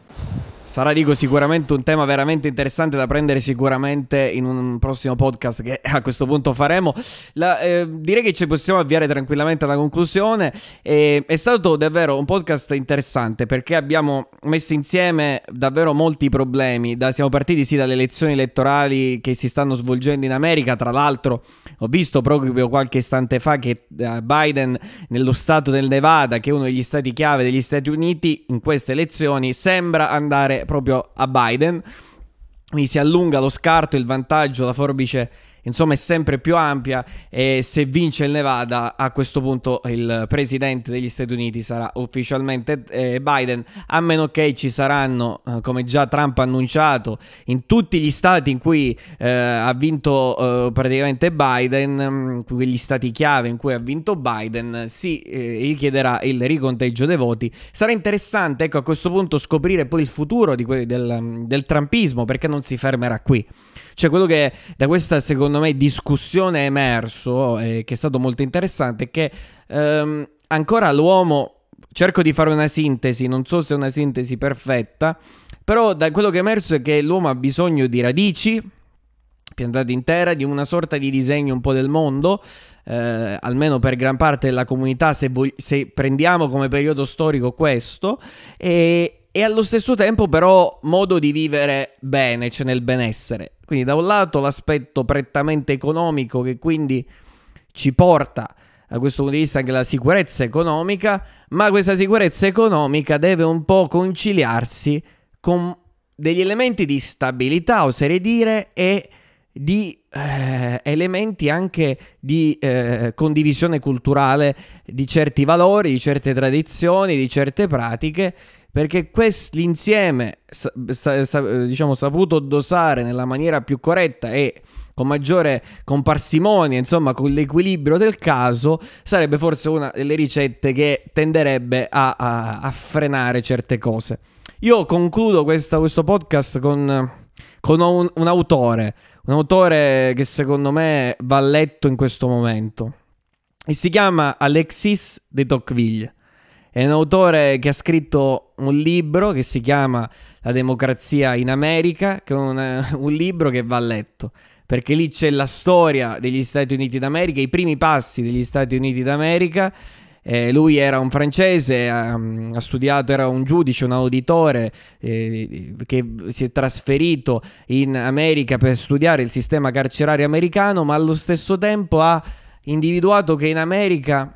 Sarà, dico, sicuramente un tema veramente interessante da prendere sicuramente in un prossimo podcast che a questo punto faremo. La, eh, direi che ci possiamo avviare tranquillamente alla conclusione. E, è stato davvero un podcast interessante perché abbiamo messo insieme davvero molti problemi. Da, siamo partiti sì dalle elezioni elettorali che si stanno svolgendo in America. Tra l'altro ho visto proprio qualche istante fa che uh, Biden nello stato del Nevada, che è uno degli stati chiave degli Stati Uniti, in queste elezioni sembra andare proprio a Biden, quindi si allunga lo scarto, il vantaggio, la forbice insomma è sempre più ampia, e se vince il Nevada a questo punto il presidente degli Stati Uniti sarà ufficialmente eh, Biden, a meno che ci saranno, eh, come già Trump ha annunciato, in tutti gli stati in cui eh, ha vinto eh, praticamente Biden, mh, quegli stati chiave in cui ha vinto Biden, si eh, richiederà il riconteggio dei voti. Sarà interessante, ecco, a questo punto scoprire poi il futuro di que- del, del trumpismo, perché non si fermerà qui. Cioè, quello che da questa, secondo me, discussione è emerso, e che è stato molto interessante, è che ehm, ancora l'uomo, cerco di fare una sintesi, non so se è una sintesi perfetta, però da quello che è emerso è che l'uomo ha bisogno di radici piantate in terra, di una sorta di disegno un po' del mondo, eh, almeno per gran parte della comunità, se, vog- se prendiamo come periodo storico questo, e... e allo stesso tempo però modo di vivere bene, cioè nel benessere. Quindi da un lato l'aspetto prettamente economico, che quindi ci porta a questo punto di vista anche la sicurezza economica, ma questa sicurezza economica deve un po' conciliarsi con degli elementi di stabilità, oserei dire, e di eh, elementi anche di eh, condivisione culturale di certi valori, di certe tradizioni, di certe pratiche, perché l'insieme sa, sa, sa, diciamo saputo dosare nella maniera più corretta e con maggiore con parsimonia, insomma con l'equilibrio del caso, sarebbe forse una delle ricette che tenderebbe a, a, a frenare certe cose. Io concludo questa, questo podcast con, con un, un autore, un autore che secondo me va letto in questo momento, e si chiama Alexis de Tocqueville. È un autore che ha scritto un libro che si chiama La democrazia in America, che è un, un libro che va letto, perché lì c'è la storia degli Stati Uniti d'America, i primi passi degli Stati Uniti d'America. Eh, lui era un francese, ha, ha studiato, era un giudice, un auditore eh, che si è trasferito in America per studiare il sistema carcerario americano, ma allo stesso tempo ha individuato che in America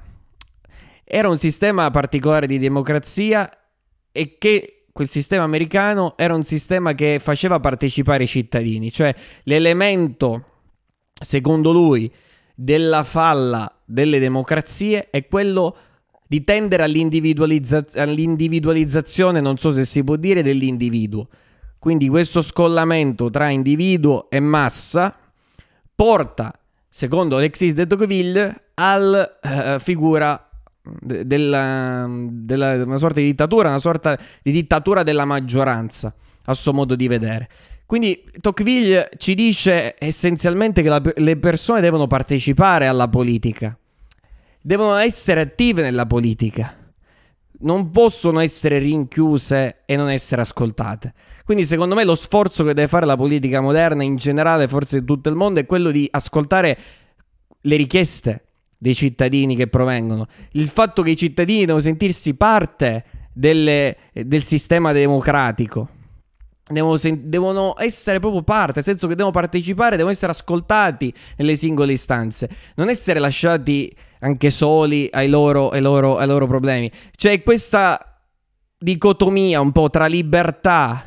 era un sistema particolare di democrazia e che quel sistema americano era un sistema che faceva partecipare i cittadini, cioè l'elemento, secondo lui, della falla delle democrazie è quello di tendere all'individualizza- all'individualizzazione, non so se si può dire, dell'individuo. Quindi questo scollamento tra individuo e massa porta, secondo Alexis de Tocqueville, alla uh, figura de- della, della una sorta di dittatura, una sorta di dittatura della maggioranza, a suo modo di vedere. Quindi Tocqueville ci dice essenzialmente che la, le persone devono partecipare alla politica, devono essere attive nella politica, non possono essere rinchiuse e non essere ascoltate. Quindi secondo me lo sforzo che deve fare la politica moderna in generale, forse in tutto il mondo, è quello di ascoltare le richieste dei cittadini che provengono, il fatto che i cittadini devono sentirsi parte delle, del sistema democratico. Devono, sen- devono essere proprio parte, nel senso che devono partecipare, devono essere ascoltati nelle singole istanze, non essere lasciati anche soli ai loro, ai loro, ai loro problemi. C'è questa dicotomia un po' tra libertà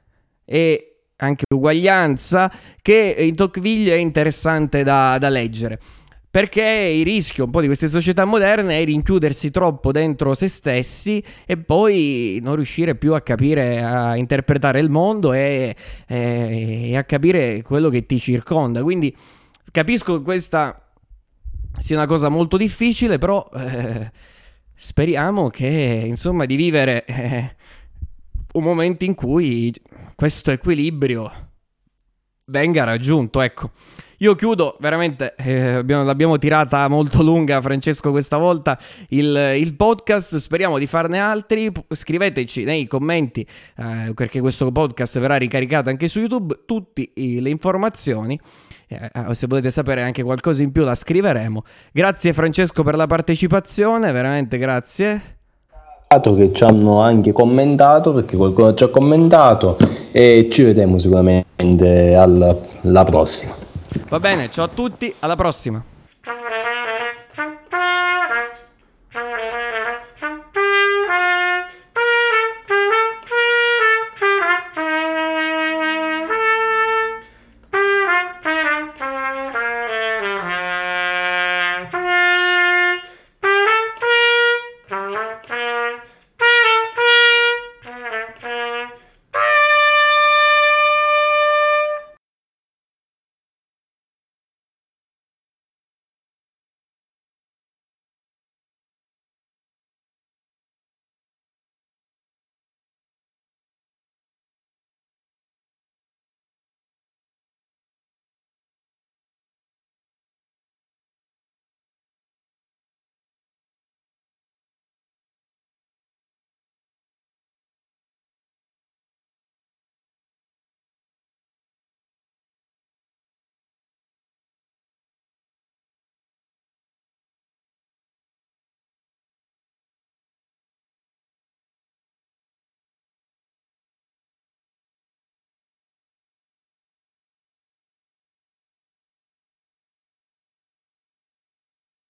e anche uguaglianza che in Tocqueville è interessante da, da leggere. Perché il rischio un po' di queste società moderne è rinchiudersi troppo dentro se stessi e poi non riuscire più a capire, a interpretare il mondo e, e, e a capire quello che ti circonda. Quindi capisco che questa sia una cosa molto difficile, però eh, speriamo che, insomma, di vivere eh, un momento in cui questo equilibrio venga raggiunto, ecco. Io chiudo, veramente, eh, abbiamo, l'abbiamo tirata molto lunga, Francesco, questa volta, il, il podcast, speriamo di farne altri, scriveteci nei commenti, eh, perché questo podcast verrà ricaricato anche su YouTube, tutte le informazioni, eh, se volete sapere anche qualcosa in più la scriveremo. Grazie Francesco per la partecipazione, veramente grazie. Che ci hanno anche commentato, perché qualcuno ci ha commentato, e ci vedremo sicuramente alla, alla prossima. Va bene, ciao a tutti, alla prossima.